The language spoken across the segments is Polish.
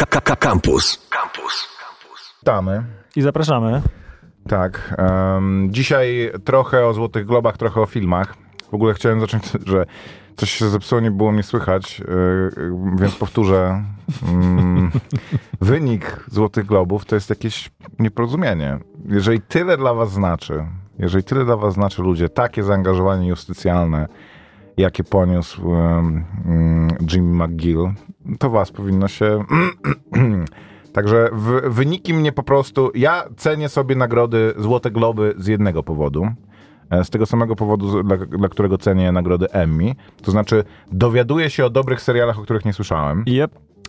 Campus. Witamy. I zapraszamy. Tak. Dzisiaj trochę o Złotych Globach, trochę o filmach. W ogóle chciałem zacząć, że coś się zepsuło, nie było mnie słychać, więc powtórzę. Wynik Złotych Globów to jest jakieś nieporozumienie. Jeżeli tyle dla was znaczy ludzie, takie zaangażowanie justycjalne, jakie poniósł Jimmy McGill, to was powinno się... Także wyniki mnie po prostu... Ja cenię sobie nagrody Złote Globy z jednego powodu. Z tego samego powodu, dla którego cenię nagrody Emmy. To znaczy, dowiaduję się o dobrych serialach, o których nie słyszałem. Yep.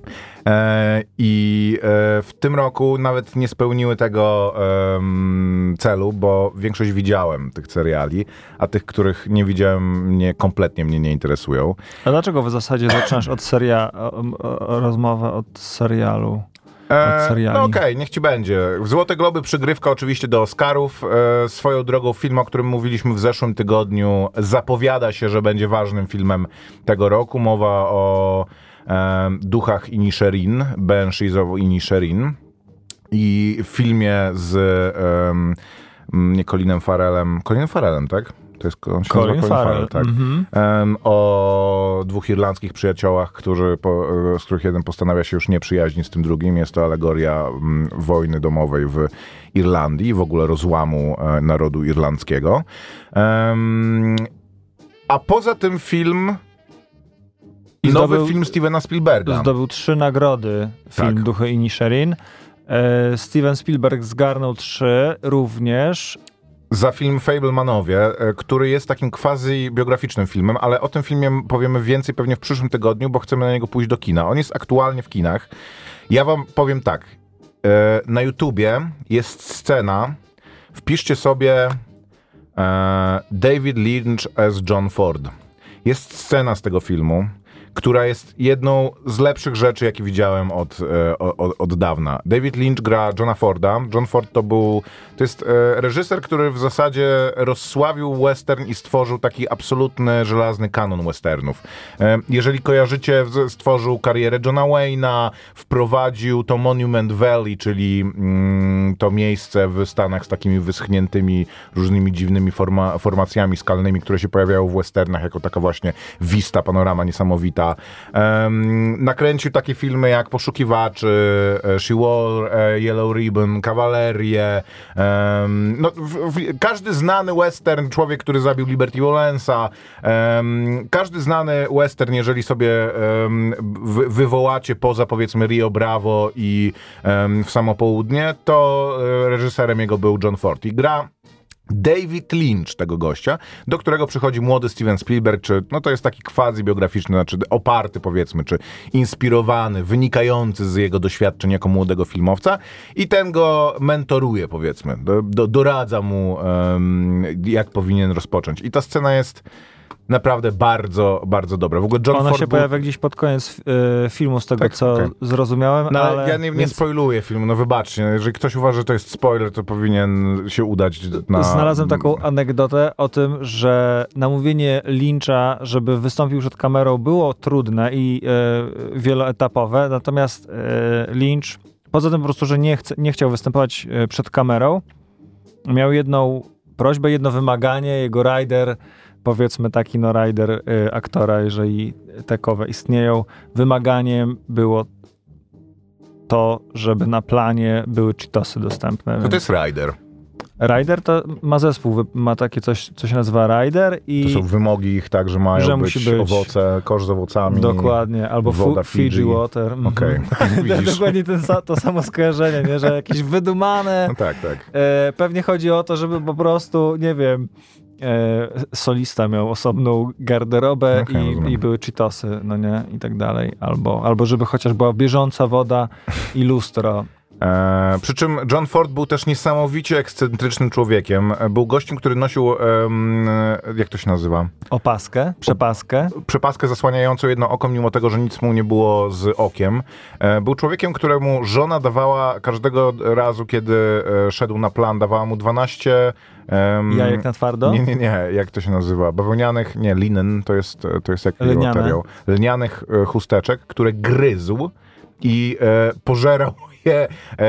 I w tym roku nawet nie spełniły tego celu, bo większość widziałem tych seriali, a tych, których nie widziałem, kompletnie mnie nie interesują. A dlaczego w zasadzie zaczynasz od rozmowę od serialu? No okej, niech ci będzie. Złote Globy, przygrywka oczywiście do Oscarów. Swoją drogą film, o którym mówiliśmy w zeszłym tygodniu, zapowiada się, że będzie ważnym filmem tego roku. Mowa o Duchach Inisherin, Banshees of Inisherin. I w filmie z nie Colinem Farrellem. Colinem Farrellem, tak? To jest Colin Farrell, tak. O dwóch irlandzkich przyjaciołach, z których jeden postanawia się już nie przyjaźnić z tym drugim. Jest to alegoria wojny domowej w Irlandii, w ogóle rozłamu narodu irlandzkiego. A poza tym film... Nowy film Stevena Spielberga. Zdobył 3 nagrody film Tak. Duchy Inisherin. Steven Spielberg zgarnął 3 również. Za film Fablemanowie, który jest takim quasi-biograficznym filmem, ale o tym filmie powiemy więcej pewnie w przyszłym tygodniu, bo chcemy na niego pójść do kina. On jest aktualnie w kinach. Ja wam powiem tak. Na YouTubie jest scena, wpiszcie sobie David Lynch as John Ford. Jest scena z tego filmu, która jest jedną z lepszych rzeczy, jakie widziałem od dawna. David Lynch gra Johna Forda. John Ford to jest reżyser, który w zasadzie rozsławił western i stworzył taki absolutny, żelazny kanon westernów. Jeżeli kojarzycie, stworzył karierę Johna Wayne'a, wprowadził to Monument Valley, czyli to miejsce w Stanach z takimi wyschniętymi, różnymi dziwnymi formacjami skalnymi, które się pojawiają w westernach, jako taka właśnie vista, panorama niesamowita. Nakręcił takie filmy jak Poszukiwaczy, She Wore Yellow Ribbon, Kawalerię. Każdy znany western, Człowiek, który zabił Liberty Valensa, każdy znany western, jeżeli sobie wywołacie poza, powiedzmy, Rio Bravo i w samo południe, to reżyserem jego był John Ford. I gra David Lynch, tego gościa, do którego przychodzi młody Steven Spielberg, to jest taki quasi-biograficzny, znaczy oparty, powiedzmy, czy inspirowany, wynikający z jego doświadczeń jako młodego filmowca, i ten go mentoruje, powiedzmy, doradza mu, jak powinien rozpocząć. I ta scena jest naprawdę bardzo, bardzo dobra. W ogóle Ona się pojawia gdzieś pod koniec filmu, z tego co zrozumiałem. Ale ja nie spoiluję filmu, wybaczcie. Jeżeli ktoś uważa, że to jest spoiler, to powinien się udać na... Znalazłem taką anegdotę o tym, że namówienie Lyncha, żeby wystąpił przed kamerą, było trudne i wieloetapowe, natomiast Lynch, poza tym po prostu, że nie chciał występować przed kamerą, miał jedną prośbę, jedno wymaganie, jego rider, powiedzmy taki rider aktora, jeżeli takowe istnieją, wymaganiem było to, żeby na planie były cheatosy dostępne. To jest rider. Rider to ma zespół, ma takie coś, co się nazywa rider i... To są wymogi ich tak, że mają być owoce, kosz z owocami. Dokładnie, albo woda Fiji water. Okej. Dokładnie to samo skojarzenie, nie? Że jakieś wydumane. No tak. Pewnie chodzi o to, żeby po prostu, nie wiem, solista miał osobną garderobę i były cheatosy, no nie? I tak dalej. Albo żeby chociaż była bieżąca woda i lustro. Przy czym John Ford był też niesamowicie ekscentrycznym człowiekiem. Był gościem, który nosił, jak to się nazywa? Przepaskę zasłaniającą jedno oko, mimo tego, że nic mu nie było z okiem. Był człowiekiem, któremu żona dawała każdego razu, kiedy szedł na plan, dawała mu 12... jajek na twardo? Nie. Jak to się nazywa? Bawełnianych, linen, to jest jaki materiał? Lnianych chusteczek, które gryzł i pożerał je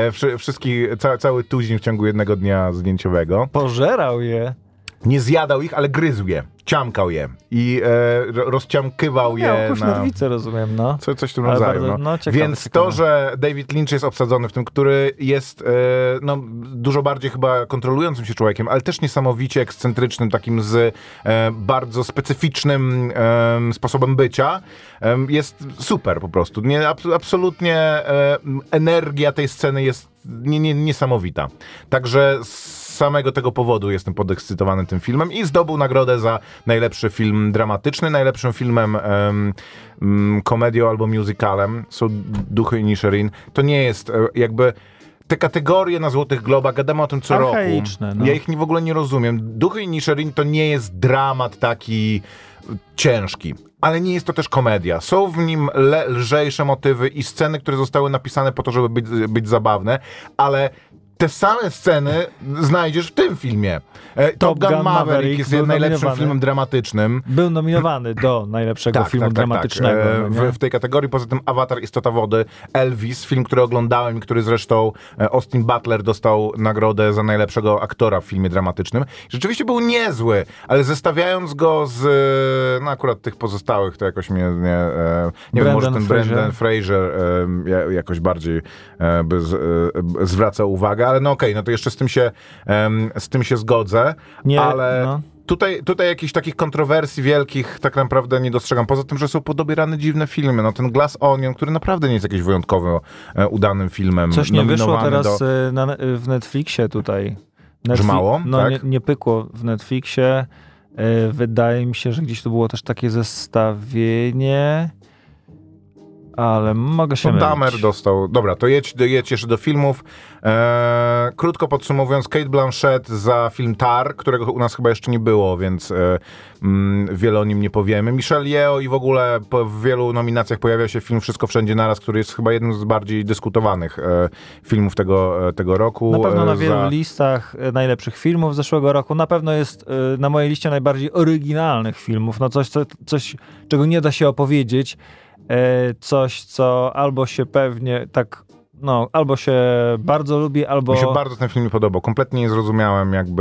cały tuzin w ciągu jednego dnia zdjęciowego. Pożerał je? Nie zjadał ich, ale gryzł je, ciamkał je i rozciamkywał je na... nerwice, rozumiem, no. Coś w tym rodzaju. Bardzo, ciekawe, więc ciekawe. To, że David Lynch jest obsadzony w tym, który jest dużo bardziej chyba kontrolującym się człowiekiem, ale też niesamowicie ekscentrycznym, takim z bardzo specyficznym sposobem bycia, jest super po prostu. Absolutnie energia tej sceny jest niesamowita. Także z samego tego powodu jestem podekscytowany tym filmem i zdobył nagrodę za najlepszy film dramatyczny, najlepszym filmem komedią albo musicalem. Są Duchy Inisherin. To nie jest jakby... Te kategorie na Złotych Globach, gadamy o tym co roku. No. Ja ich w ogóle nie rozumiem. Duchy Inisherin to nie jest dramat taki ciężki, ale nie jest to też komedia. Są w nim lżejsze motywy i sceny, które zostały napisane po to, żeby być zabawne, ale te same sceny znajdziesz w tym filmie. Top Gun Maverick jest najlepszym filmem dramatycznym. Był nominowany do najlepszego filmu dramatycznego. W tej kategorii. Poza tym Avatar, Istota Wody, Elvis, film, który oglądałem i który zresztą Austin Butler dostał nagrodę za najlepszego aktora w filmie dramatycznym. Rzeczywiście był niezły, ale zestawiając go z akurat tych pozostałych, to jakoś mnie nie wiem, może ten Brendan Fraser jakoś bardziej by zwracał uwagę, ale no okej, no to jeszcze z tym się zgodzę, ale tutaj jakichś takich kontrowersji wielkich tak naprawdę nie dostrzegam. Poza tym, że są podobierane dziwne filmy. No ten Glass Onion, który naprawdę nie jest jakimś wyjątkowo udanym filmem. Coś nie wyszło teraz w Netflixie tutaj. Mało? No tak? nie pykło w Netflixie. Wydaje mi się, że gdzieś tu było też takie zestawienie. Ale mogę się mylić. Dahmer dostał. Dobra, to jedź jeszcze do filmów. Krótko podsumowując, Cate Blanchett za film Tar, którego u nas chyba jeszcze nie było, więc wiele o nim nie powiemy. Michelle Yeoh i w ogóle w wielu nominacjach pojawia się film Wszystko Wszędzie Naraz, który jest chyba jednym z bardziej dyskutowanych filmów tego roku. Na pewno na wielu listach najlepszych filmów zeszłego roku. Na pewno jest na mojej liście najbardziej oryginalnych filmów. No coś czego nie da się opowiedzieć. Coś, co albo się pewnie tak, albo się bardzo lubi, albo... Mi się bardzo ten film nie podobał. Kompletnie nie zrozumiałem jakby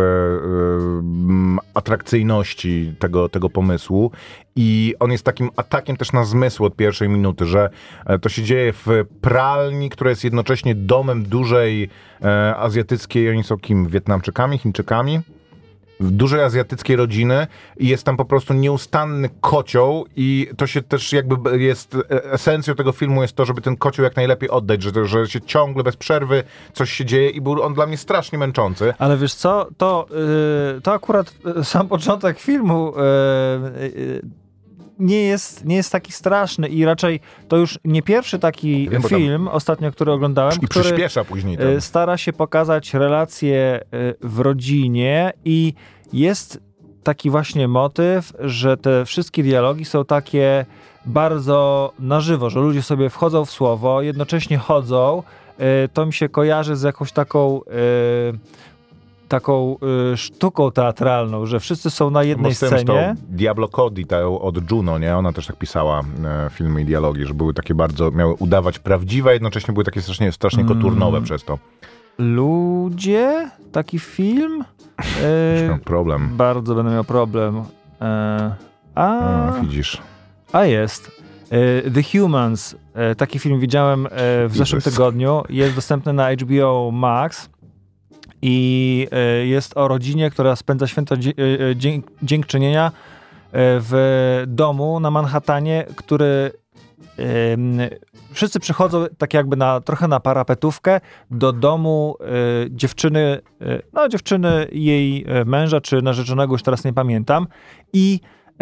atrakcyjności tego pomysłu i on jest takim atakiem też na zmysł od pierwszej minuty, że to się dzieje w pralni, która jest jednocześnie domem dużej azjatyckiej, oni są kim? Wietnamczykami? Chińczykami? Dużej azjatyckiej rodziny i jest tam po prostu nieustanny kocioł i to się też jakby jest esencją tego filmu jest to, żeby ten kocioł jak najlepiej oddać, że się ciągle bez przerwy coś się dzieje i był on dla mnie strasznie męczący. Ale wiesz co, to akurat sam początek filmu nie jest taki straszny i raczej to już nie pierwszy taki film ostatnio, który oglądałem, i który przyspiesza później stara się pokazać relacje w rodzinie i jest taki właśnie motyw, że te wszystkie dialogi są takie bardzo na żywo, że ludzie sobie wchodzą w słowo, jednocześnie chodzą. To mi się kojarzy z jakąś taką sztuką teatralną, że wszyscy są na jednej scenie. Diablo Cody od Juno, nie? Ona też tak pisała filmy i dialogi, że były takie bardzo, miały udawać prawdziwe, a jednocześnie były takie strasznie koturnowe przez to. Ludzie? Taki film? Miał problem. Bardzo będę miał problem. Widzisz. A jest. The Humans. Taki film widziałem w zeszłym tygodniu. Jest dostępny na HBO Max. I jest o rodzinie, która spędza święto dziękczynienia w domu na Manhattanie, który wszyscy przychodzą tak jakby trochę na parapetówkę do domu dziewczyny jej męża czy narzeczonego, już teraz nie pamiętam. I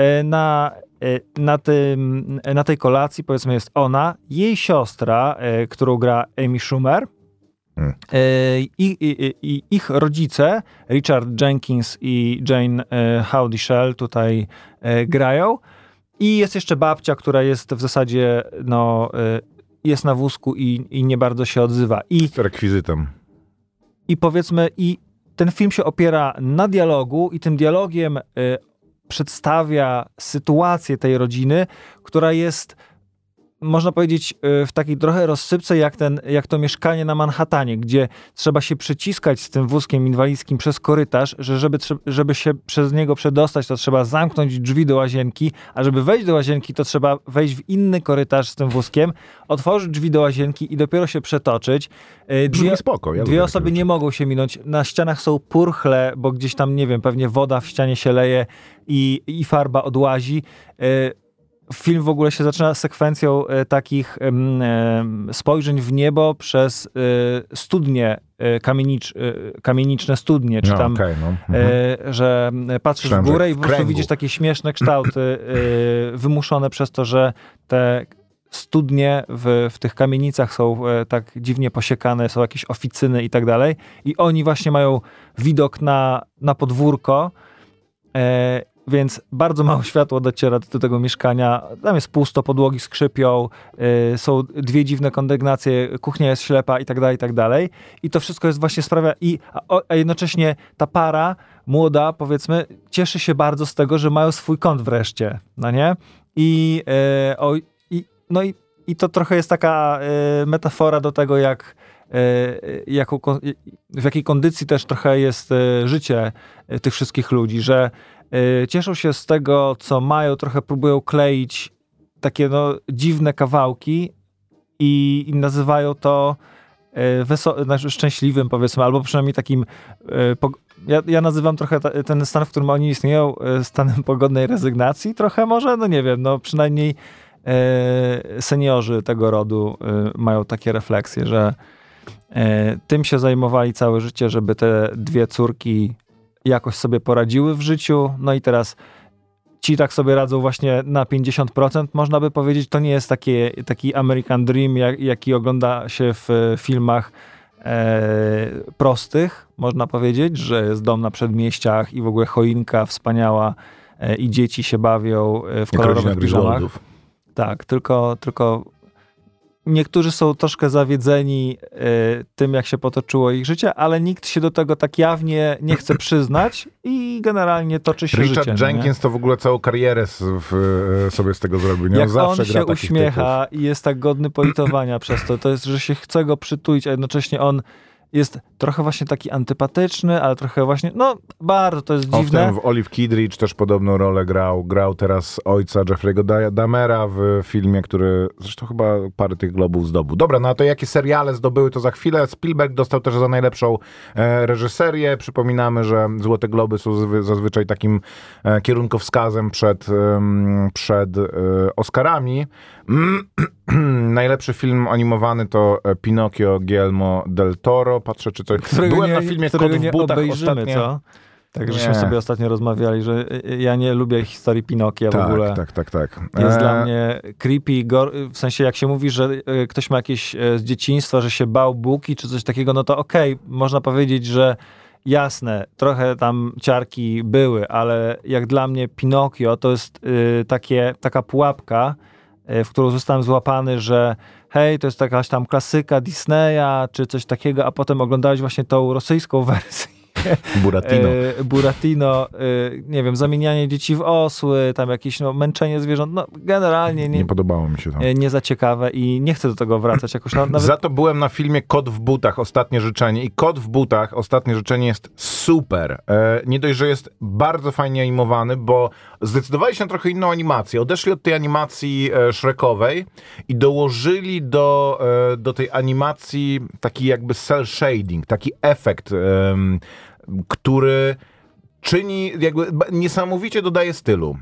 na tej kolacji, powiedzmy, jest ona, jej siostra, którą gra Amy Schumer, i ich rodzice, Richard Jenkins i Jane Houdyshell, tutaj grają. I jest jeszcze babcia, która jest w zasadzie, jest na wózku i nie bardzo się odzywa. Z rekwizytem. I powiedzmy, i ten film się opiera na dialogu i tym dialogiem przedstawia sytuację tej rodziny, która jest można powiedzieć, w takiej trochę rozsypce, jak to mieszkanie na Manhattanie, gdzie trzeba się przyciskać z tym wózkiem inwalidzkim przez korytarz, że żeby się przez niego przedostać, to trzeba zamknąć drzwi do łazienki, a żeby wejść do łazienki, to trzeba wejść w inny korytarz z tym wózkiem, otworzyć drzwi do łazienki i dopiero się przetoczyć. Dwie osoby nie mogą się minąć. Na ścianach są purchle, bo gdzieś tam, nie wiem, pewnie woda w ścianie się leje i farba odłazi. Film w ogóle się zaczyna sekwencją takich spojrzeń w niebo przez studnie, kamieniczne studnie, czy tam, że patrzysz w górę i po prostu widzisz takie śmieszne kształty wymuszone przez to, że te studnie w tych kamienicach są tak dziwnie posiekane, są jakieś oficyny i tak dalej. I oni właśnie mają widok na podwórko, więc bardzo mało światło dociera do tego mieszkania. Tam jest pusto, podłogi skrzypią, są dwie dziwne kondygnacje, kuchnia jest ślepa i tak dalej, i tak dalej. I to wszystko jest właśnie sprawia... A jednocześnie ta para, młoda, powiedzmy, cieszy się bardzo z tego, że mają swój kąt wreszcie, no nie? I to trochę jest taka metafora do tego, w jakiej kondycji też trochę jest życie tych wszystkich ludzi, że cieszą się z tego, co mają, trochę próbują kleić takie dziwne kawałki i nazywają to szczęśliwym, powiedzmy, albo przynajmniej takim... Ja nazywam trochę ten stan, w którym oni istnieją, stanem pogodnej rezygnacji trochę może, nie wiem, przynajmniej seniorzy tego rodu mają takie refleksje, że tym się zajmowali całe życie, żeby te dwie córki jakoś sobie poradziły w życiu, no i teraz ci tak sobie radzą właśnie na 50%, można by powiedzieć. To nie jest taki American Dream, jaki ogląda się w filmach prostych, można powiedzieć, że jest dom na przedmieściach i w ogóle choinka wspaniała i dzieci się bawią w kolorowych piżamach. Tak, tylko niektórzy są troszkę zawiedzeni tym, jak się potoczyło ich życie, ale nikt się do tego tak jawnie nie chce przyznać i generalnie toczy się życie. Richard Jenkins to w ogóle całą karierę sobie z tego zrobił. Nie? Jak zawsze on się uśmiecha i jest tak godny politowania przez to jest, że się chce go przytulić, a jednocześnie on jest trochę właśnie taki antypatyczny, ale trochę właśnie, bardzo to jest dziwne. W Olive Kidridge też podobną rolę grał teraz ojca Jeffrey'ego Dahmera w filmie, który zresztą chyba parę tych globów zdobył. Dobra, no a to jakie seriale zdobyły, to za chwilę. Spielberg dostał też za najlepszą reżyserię. Przypominamy, że Złote Globy są zazwyczaj takim kierunkowskazem przed Oscarami. Najlepszy film animowany to Pinokio Guillermo del Toro. Patrzę, czy coś... Byłem na filmie Kot w butach ostatnio. Co? Tak, żeśmy sobie ostatnio rozmawiali, że ja nie lubię historii Pinokia w ogóle. Tak. Jest dla mnie creepy, w sensie jak się mówi, że ktoś ma jakieś z dzieciństwa, że się bał buki czy coś takiego, no to okej, można powiedzieć, że jasne, trochę tam ciarki były, ale jak dla mnie Pinokio to jest taka pułapka, w którą zostałem złapany, że hej, to jest jakaś tam klasyka Disneya, czy coś takiego, a potem oglądałeś właśnie tą rosyjską wersję. Buratino, nie wiem, zamienianie dzieci w osły, tam jakieś męczenie zwierząt, generalnie nie podobało mi się to. Nie za ciekawe i nie chcę do tego wracać jakoś. Nawet... Za to byłem na filmie Kot w butach, Ostatnie życzenie i Kot w butach, Ostatnie życzenie jest super. Nie dość, że jest bardzo fajnie animowany, bo zdecydowali się na trochę inną animację. Odeszli od tej animacji Shrekowej i dołożyli do tej animacji taki jakby cel shading, taki efekt, który czyni, jakby niesamowicie dodaje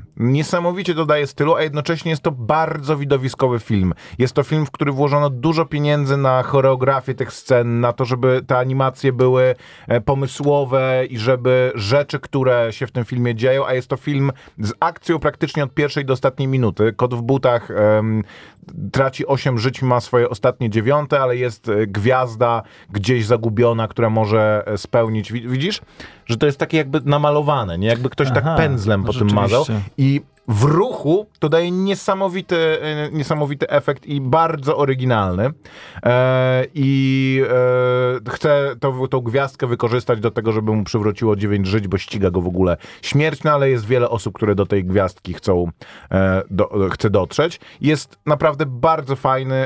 stylu, a jednocześnie jest to bardzo widowiskowy film. Jest to film, w który włożono dużo pieniędzy na choreografię tych scen, na to, żeby te animacje były pomysłowe i żeby rzeczy, które się w tym filmie dzieją, a jest to film z akcją praktycznie od pierwszej do ostatniej minuty. Kot w butach traci 8 żyć, ma swoje ostatnie 9, ale jest gwiazda gdzieś zagubiona, która może spełnić. Widzisz? Że to jest takie jakby namalowane, nie? Jakby ktoś tak pędzlem po tym mazał. I w ruchu to daje niesamowity efekt i bardzo oryginalny. chce tą gwiazdkę wykorzystać do tego, żeby mu przywróciło 9 żyć, bo ściga go w ogóle śmierć, no ale jest wiele osób, które do tej gwiazdki chce dotrzeć. Jest naprawdę bardzo fajny.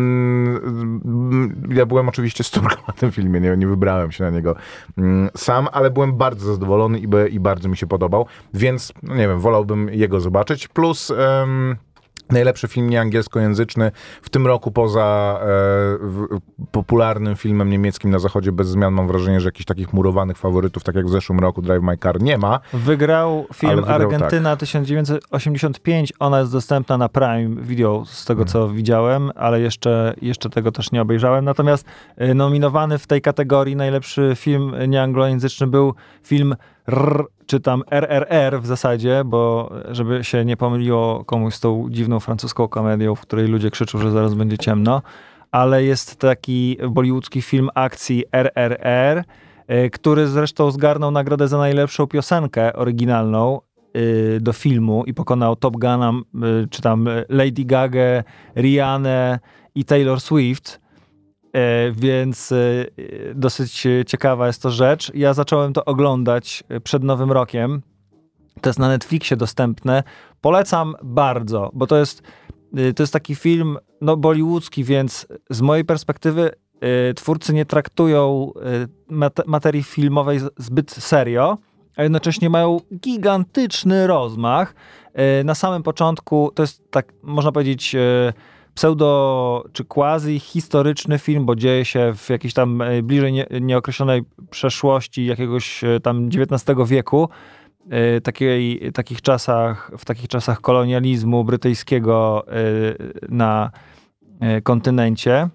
Ja byłem oczywiście z córką na tym filmie, nie wybrałem się na niego sam, ale byłem bardzo zadowolony i bardzo mi się podobał, więc no nie wiem, wolałbym jego zobaczyć. Plus najlepszy film nieangielskojęzyczny w tym roku poza popularnym filmem niemieckim na zachodzie bez zmian. Mam wrażenie, że jakichś takich murowanych faworytów, tak jak w zeszłym roku Drive My Car, nie ma. Wygrał film Argentyna 1985. Ona jest dostępna na Prime Video, z tego co widziałem, ale jeszcze tego też nie obejrzałem. Natomiast nominowany w tej kategorii najlepszy film nieanglojęzyczny był film czy tam RRR w zasadzie, bo żeby się nie pomyliło komuś z tą dziwną francuską komedią, w której ludzie krzyczą, że zaraz będzie ciemno, ale jest taki bollywoodzki film akcji RRR, który zresztą zgarnął nagrodę za najlepszą piosenkę oryginalną do filmu i pokonał Top Guna, czy tam Lady Gaga, Rihannę i Taylor Swift. Więc dosyć ciekawa jest to rzecz. Ja zacząłem to oglądać przed Nowym Rokiem. To jest na Netflixie dostępne. Polecam bardzo, bo to jest taki film bollywoodzki, więc z mojej perspektywy twórcy nie traktują materii filmowej zbyt serio, a jednocześnie mają gigantyczny rozmach. Na samym początku to jest tak, można powiedzieć, pseudo czy quasi historyczny film, bo dzieje się w jakiejś tam bliżej nieokreślonej przeszłości jakiegoś tam XIX wieku, w takich czasach kolonializmu brytyjskiego na kontynencie.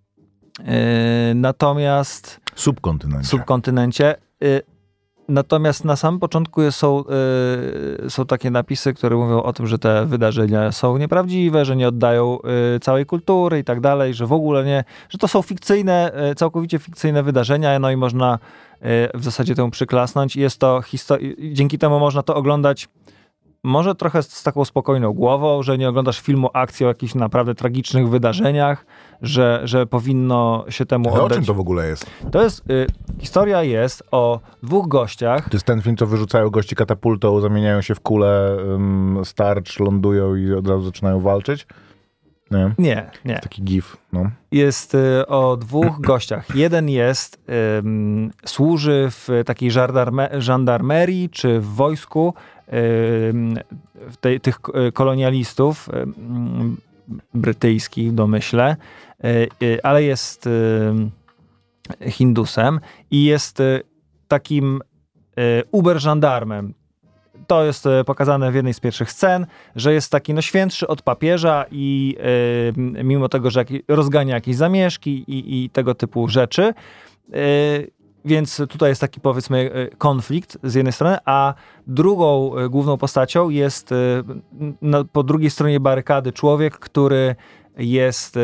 Natomiast subkontynencie. Natomiast na samym początku są takie napisy, które mówią o tym, że te wydarzenia są nieprawdziwe, że nie oddają całej kultury i tak dalej, że w ogóle nie, że to są fikcyjne, całkowicie fikcyjne wydarzenia, no i można w zasadzie temu przyklasnąć. Jest to dzięki temu można to oglądać może trochę z taką spokojną głową, że nie oglądasz filmu akcji o jakichś naprawdę tragicznych wydarzeniach, że powinno się temu oddać. Ale o czym to w ogóle jest? To jest, historia jest o dwóch gościach. To jest ten film, co wyrzucają gości katapultą, zamieniają się w kulę, starcz, lądują i od razu zaczynają walczyć? Nie. Taki gif, no. Jest o dwóch gościach. Jeden służy w takiej żandarmerii czy w wojsku tych kolonialistów brytyjskich, domyślę, ale jest Hindusem i jest takim uber-żandarmem. To jest pokazane w jednej z pierwszych scen, że jest taki świętszy od papieża i mimo tego, że rozgania jakieś zamieszki i tego typu rzeczy. Więc tutaj jest taki, powiedzmy, konflikt z jednej strony, a drugą główną postacią jest po drugiej stronie barykady człowiek, który jest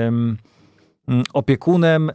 opiekunem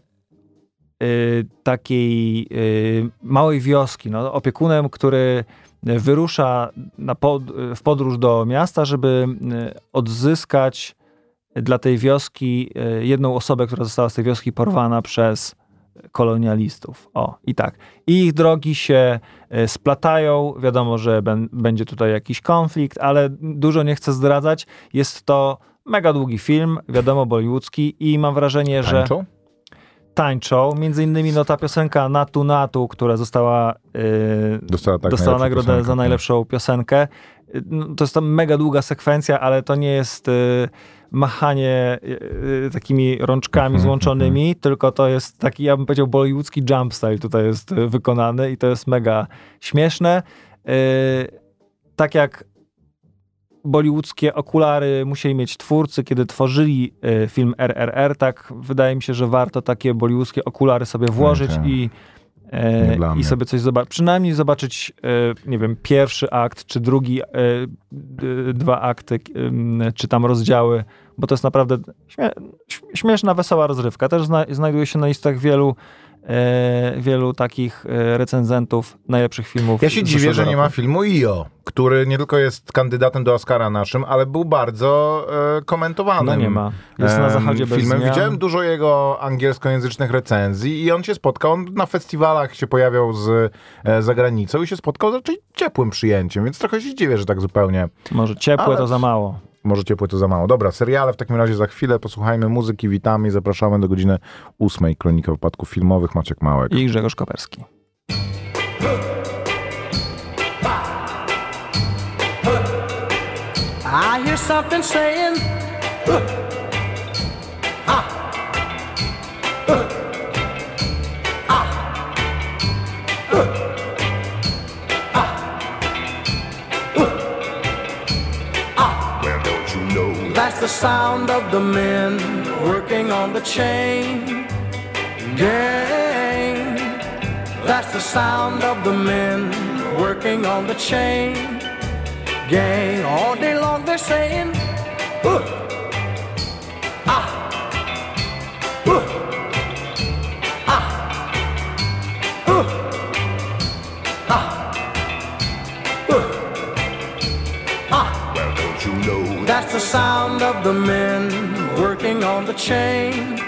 takiej małej wioski, opiekunem, który wyrusza w podróż do miasta, żeby odzyskać dla tej wioski jedną osobę, która została z tej wioski porwana przez kolonialistów. I tak. I ich drogi się splatają. Wiadomo, że będzie tutaj jakiś konflikt, ale dużo nie chcę zdradzać. Jest to mega długi film, wiadomo, bollywoodzki i mam wrażenie, że tańczą. Między innymi ta piosenka Natu Natu, która dostała nagrodę za najlepszą piosenkę. To jest tam mega długa sekwencja, ale to nie jest machanie takimi rączkami złączonymi, tylko to jest taki, ja bym powiedział, bollywoodzki jump style tutaj jest wykonany i to jest mega śmieszne. Tak jak bollywoodzkie okulary musieli mieć twórcy, kiedy tworzyli film RRR, tak wydaje mi się, że warto takie bollywoodzkie okulary sobie włożyć i sobie coś zobaczyć. Przynajmniej zobaczyć, nie wiem, pierwszy akt, czy drugi, dwa akty, czy tam rozdziały, bo to jest naprawdę śmieszna, wesoła rozrywka. Też znajduje się na listach wielu wielu takich recenzentów najlepszych filmów. Ja się dziwię, że nie ma roku. filmu IO, który nie tylko jest kandydatem do Oscara naszym, ale był bardzo komentowanym. No nie ma. Jest na zachodzie bez filmem. zmian. Widziałem dużo jego angielskojęzycznych recenzji i on się spotkał, on na festiwalach się pojawiał za granicą i się spotkał z raczej ciepłym przyjęciem, więc trochę się dziwię, że tak zupełnie. Może ciepłe Ale- to za mało. Może ciepłe to za mało. Dobra, seriale w takim razie za chwilę. Posłuchajmy muzyki, witamy i zapraszamy do godziny 8. Kronika wypadków filmowych. Maciek Małek. I Grzegorz Koperski. I hear something saying, Well, don't you know? that's the sound of the men working on the chain gang. That's the sound of the men working on the chain gang. All day long they're saying, Well, don't you know? that's the sound of the men working on the chain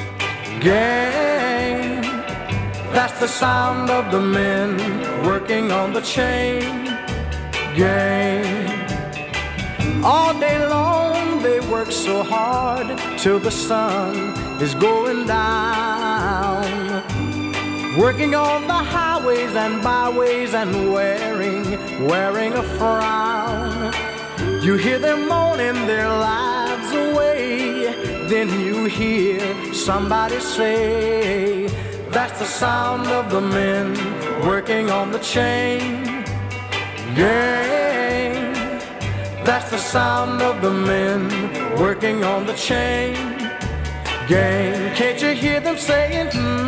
gang. That's the sound of the men working on the chain gang. All day long they work so hard till the sun is going down. Working on the highways and byways and wearing a frown. You hear them moaning their lives away. Then you hear somebody say, that's the sound of the men working on the chain gang. That's the sound of the men working on the chain gang. Can't you hear them saying,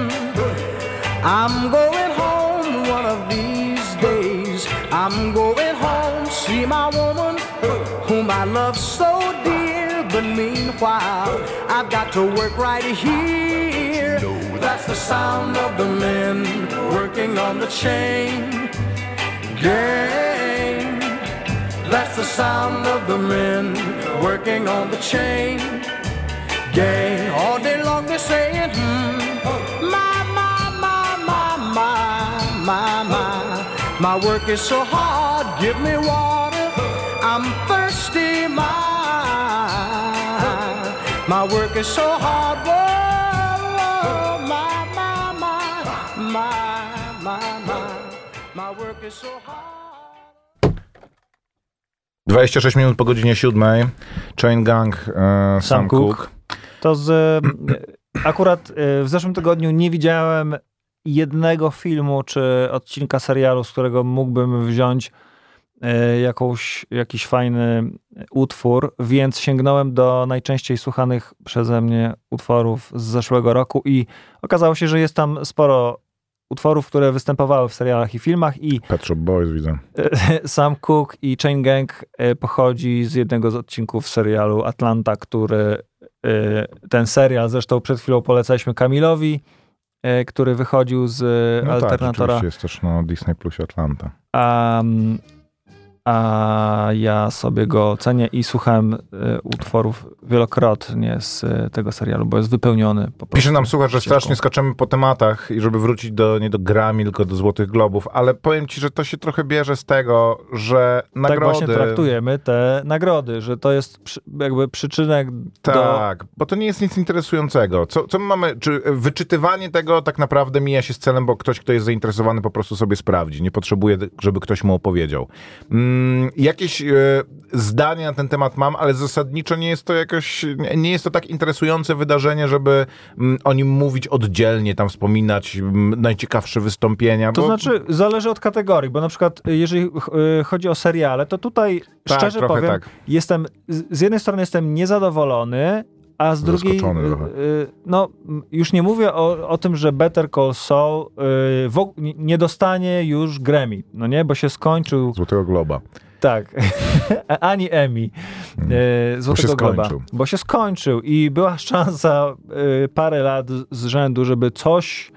I'm going home one of these days. I'm going home, see my woman whom I love so dear. But meanwhile, I've got to work right here. That's the sound of the men working on the chain gang. That's the sound of the men working on the chain gang. All day long they're saying, my work is so hard, give me water, I'm thirsty, my work is so hard, whoa, my work is so hard. 26 minut po godzinie 7. Chain Gang, Sam Cooke. To akurat w zeszłym tygodniu nie widziałem jednego filmu czy odcinka serialu, z którego mógłbym wziąć jakiś fajny utwór, więc sięgnąłem do najczęściej słuchanych przeze mnie utworów z zeszłego roku i okazało się, że jest tam sporo utworów, które występowały w serialach i filmach i Pet Shop Boys widzę. Sam Cooke i Chain Gang pochodzi z jednego z odcinków serialu Atlanta, który ten serial zresztą przed chwilą polecaliśmy Kamilowi, który wychodził z Alternatora. Tak, jest też na Disney Plusie Atlanta. A ja sobie go cenię i słuchałem utworów wielokrotnie z tego serialu, bo jest wypełniony po prostu. Pisze nam słuchacz, że ścieżką. strasznie skaczemy po tematach i żeby wrócić nie do Grammy, tylko do Złotych Globów, ale powiem ci, że to się trochę bierze z tego, że nagrody... Tak właśnie traktujemy te nagrody, że to jest jakby przyczynek Tak, bo to nie jest nic interesującego. Co my mamy, czy wyczytywanie tego tak naprawdę mija się z celem, bo ktoś, kto jest zainteresowany, po prostu sobie sprawdzi. Nie potrzebuje, żeby ktoś mu opowiedział. Jakieś zdanie na ten temat mam, ale zasadniczo nie jest to tak interesujące wydarzenie, żeby o nim mówić oddzielnie, tam wspominać najciekawsze wystąpienia. To znaczy, zależy od kategorii, bo na przykład jeżeli chodzi o seriale, to tutaj Tak, szczerze trochę powiem, tak. z jednej strony jestem niezadowolony, a z drugiej, trochę. no już nie mówię o tym, że Better Call Saul nie dostanie już Grammy, no nie, bo się skończył. Złotego Globa. Tak, ani Emmy Złotego Globa, bo się skończył i była szansa parę lat z rzędu, żeby coś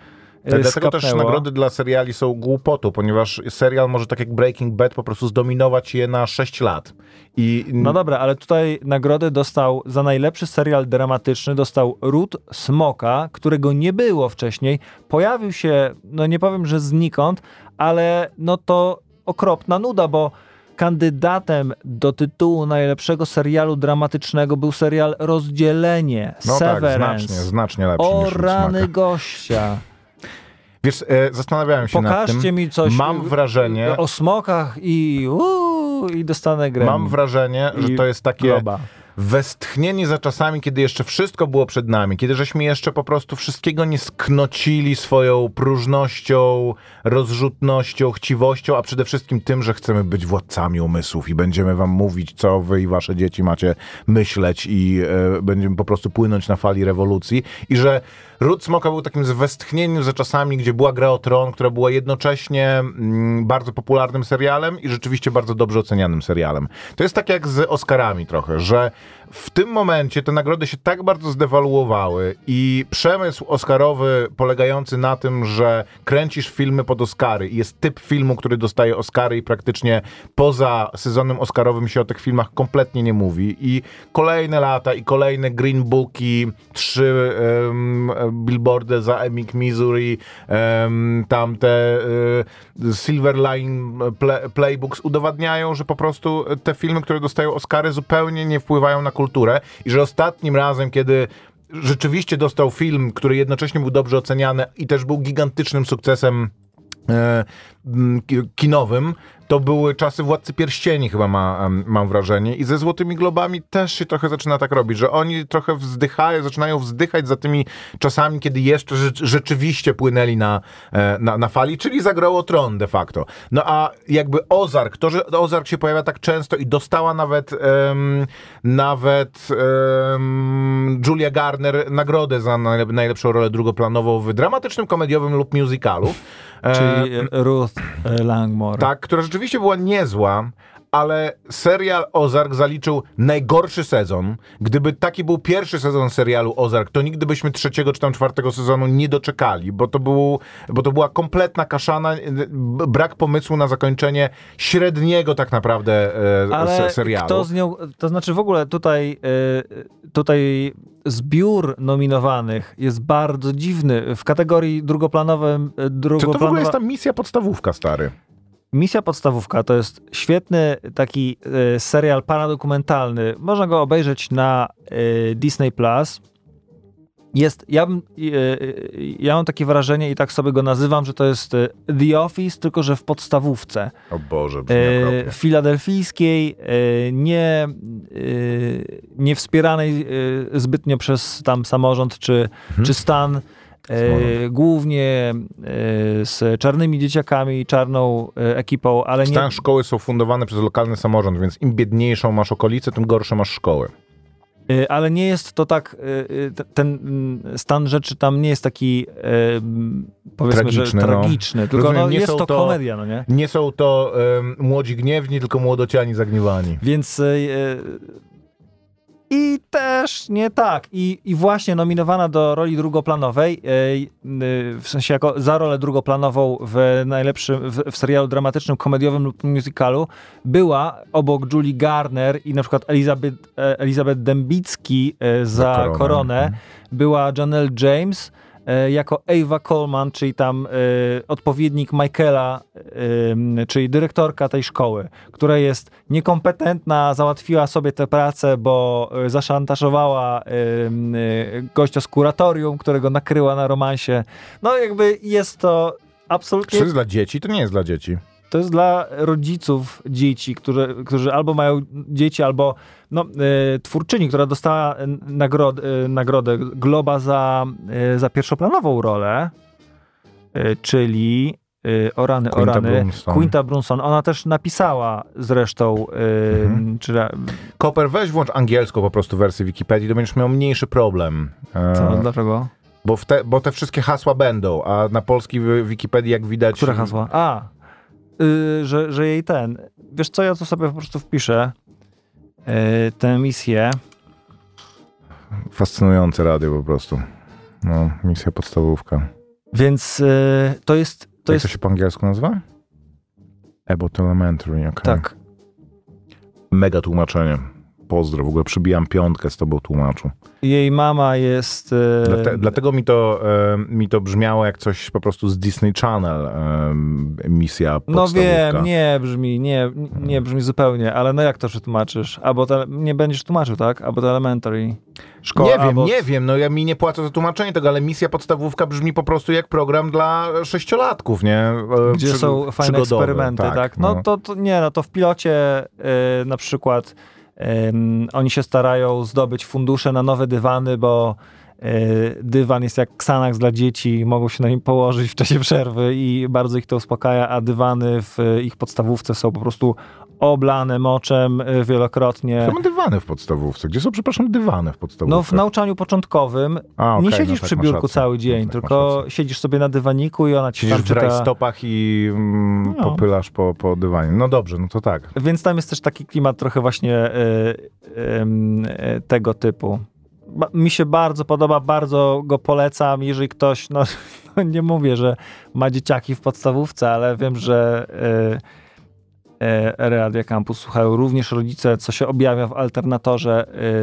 Dlatego też skapnęło. nagrody dla seriali są głupotą, ponieważ serial może tak jak Breaking Bad po prostu zdominować je na 6 lat. I No dobra, ale tutaj nagrodę dostał za najlepszy serial dramatyczny, dostał Ród Smoka, którego nie było wcześniej. Pojawił się, no nie powiem, że znikąd, ale no to okropna nuda, bo kandydatem do tytułu najlepszego serialu dramatycznego był serial Rozdzielenie, no tak, Severance. znacznie lepszy O niż Ród rany Smoka. gościa. Wiesz, zastanawiałem się nad Pokażcie tym. mi coś Mam wrażenie, o smokach i dostanę grę. mam wrażenie, że to jest takie globa. westchnieni za czasami, kiedy jeszcze wszystko było przed nami, kiedy żeśmy jeszcze po prostu wszystkiego nie sknocili swoją próżnością, rozrzutnością, chciwością, a przede wszystkim tym, że chcemy być władcami umysłów i będziemy wam mówić, co wy i wasze dzieci macie myśleć i będziemy po prostu płynąć na fali rewolucji i że Ród Smoka był takim westchnieniem za czasami, gdzie była Gra o Tron, która była jednocześnie bardzo popularnym serialem i rzeczywiście bardzo dobrze ocenianym serialem. To jest tak jak z Oscarami trochę, że w tym momencie te nagrody się tak bardzo zdewaluowały i przemysł oscarowy polegający na tym, że kręcisz filmy pod Oscary i jest typ filmu, który dostaje Oscary i praktycznie poza sezonem oscarowym się o tych filmach kompletnie nie mówi i kolejne lata i kolejne Green Booki, 3 billboardy za Ebbing, Missouri, tamte Silver Line Playbooks udowadniają, że po prostu te filmy, które dostają Oscary zupełnie nie wpływają na kulturę i że ostatnim razem, kiedy rzeczywiście dostał film, który jednocześnie był dobrze oceniany i też był gigantycznym sukcesem kinowym, to były czasy Władcy Pierścieni chyba mam wrażenie i ze Złotymi Globami też się trochę zaczyna tak robić, że oni trochę zaczynają wzdychać za tymi czasami, kiedy jeszcze rzeczywiście płynęli na fali, czyli za Grą o Tron de facto. No a jakby Ozark, to, że Ozark się pojawia tak często i dostała nawet Julia Garner nagrodę za najlepszą rolę drugoplanową w dramatycznym, komediowym lub musicalu. Czyli Ruth Langmore. Tak, która rzeczywiście była niezła, ale serial Ozark zaliczył najgorszy sezon. Gdyby taki był pierwszy sezon serialu Ozark, to nigdy byśmy 3. czy tam 4. sezonu nie doczekali, bo to była kompletna kaszana, brak pomysłu na zakończenie średniego tak naprawdę serialu. Kto z nią, to znaczy w ogóle tutaj zbiór nominowanych jest bardzo dziwny. W kategorii drugoplanowej... Czy to w ogóle jest ta misja podstawówka, stary? Misja podstawówka to jest świetny taki serial paradokumentalny. Można go obejrzeć na Disney+. Ja mam takie wrażenie i tak sobie go nazywam, że to jest The Office, tylko że w podstawówce. O Boże, brzmi okropnie. Filadelfijskiej, nie wspieranej zbytnio przez tam samorząd czy stan. Głównie z czarnymi dzieciakami, czarną ekipą, ale nie... Stan szkoły są fundowane przez lokalny samorząd, więc im biedniejszą masz okolicę, tym gorsze masz szkoły. Ale nie jest to tak, ten stan rzeczy tam nie jest taki, powiedzmy, tragiczny, że tragiczny, tylko rozumiem, jest to komedia, no nie? Nie są to młodzi gniewni, tylko młodociani zagniewani. Więc i też nie tak. I właśnie nominowana do roli drugoplanowej, w sensie jako za rolę drugoplanową w najlepszym, w serialu dramatycznym, komediowym lub musicalu, była obok Julie Garner i na przykład Elizabeth Dembicki za Koronę, była Janelle James jako Ava Coleman, czyli tam odpowiednik Michaela, czyli dyrektorka tej szkoły, która jest niekompetentna, załatwiła sobie tę pracę, bo zaszantażowała gościa z kuratorium, którego nakryła na romansie. No jakby jest to absolutnie... Czy to jest dla dzieci? To nie jest dla dzieci. To jest dla rodziców dzieci, którzy albo mają dzieci, albo twórczyni, która dostała nagrodę Globa za pierwszoplanową rolę, czyli Quinta Brunson. Ona też napisała zresztą... Koper, weź włącz angielską po prostu wersję Wikipedii, to będziesz miał mniejszy problem. Co? Dlaczego? Bo te wszystkie hasła będą, a na polskiej Wikipedii jak widać... Które hasła? Że jej Wiesz co, ja to sobie po prostu wpiszę tę misję. Fascynujące radio po prostu. No, misja podstawówka. Więc to jest... Jak to się po angielsku nazywa? Abbott Elementary, okej. Tak. Mega tłumaczenie. Pozdro, w ogóle przybijam 5 z tobą tłumaczu. Jej mama jest... Dlatego mi to brzmiało jak coś po prostu z Disney Channel, misja podstawówka. No wiem, nie brzmi zupełnie, ale no jak to przetłumaczysz? Nie będziesz tłumaczył, tak? Abbott Elementary. Szkoła Nie wiem, no ja mi nie płacę za tłumaczenie tego, ale misja podstawówka brzmi po prostu jak program dla 6-latków, nie? Gdzie są fajne eksperymenty, tak? No to w pilocie na przykład oni się starają zdobyć fundusze na nowe dywany, bo dywan jest jak Xanax dla dzieci, mogą się na nim położyć w czasie przerwy i bardzo ich to uspokaja, a dywany w ich podstawówce są po prostu oblane moczem wielokrotnie. Co ma dywany w podstawówce? Gdzie są, przepraszam, dywany w podstawówce? No w nauczaniu początkowym nie siedzisz przy biurku cały dzień, tylko siedzisz sobie na dywaniku i ona ci siedzisz tam czyta... w rajstopach i popylasz po dywanie. No dobrze, no to tak. Więc tam jest też taki klimat trochę właśnie tego typu. Mi się bardzo podoba, bardzo go polecam, jeżeli ktoś, no nie mówię, że ma dzieciaki w podstawówce, ale wiem, że Radia Campus słuchają również rodzice, co się objawia w Alternatorze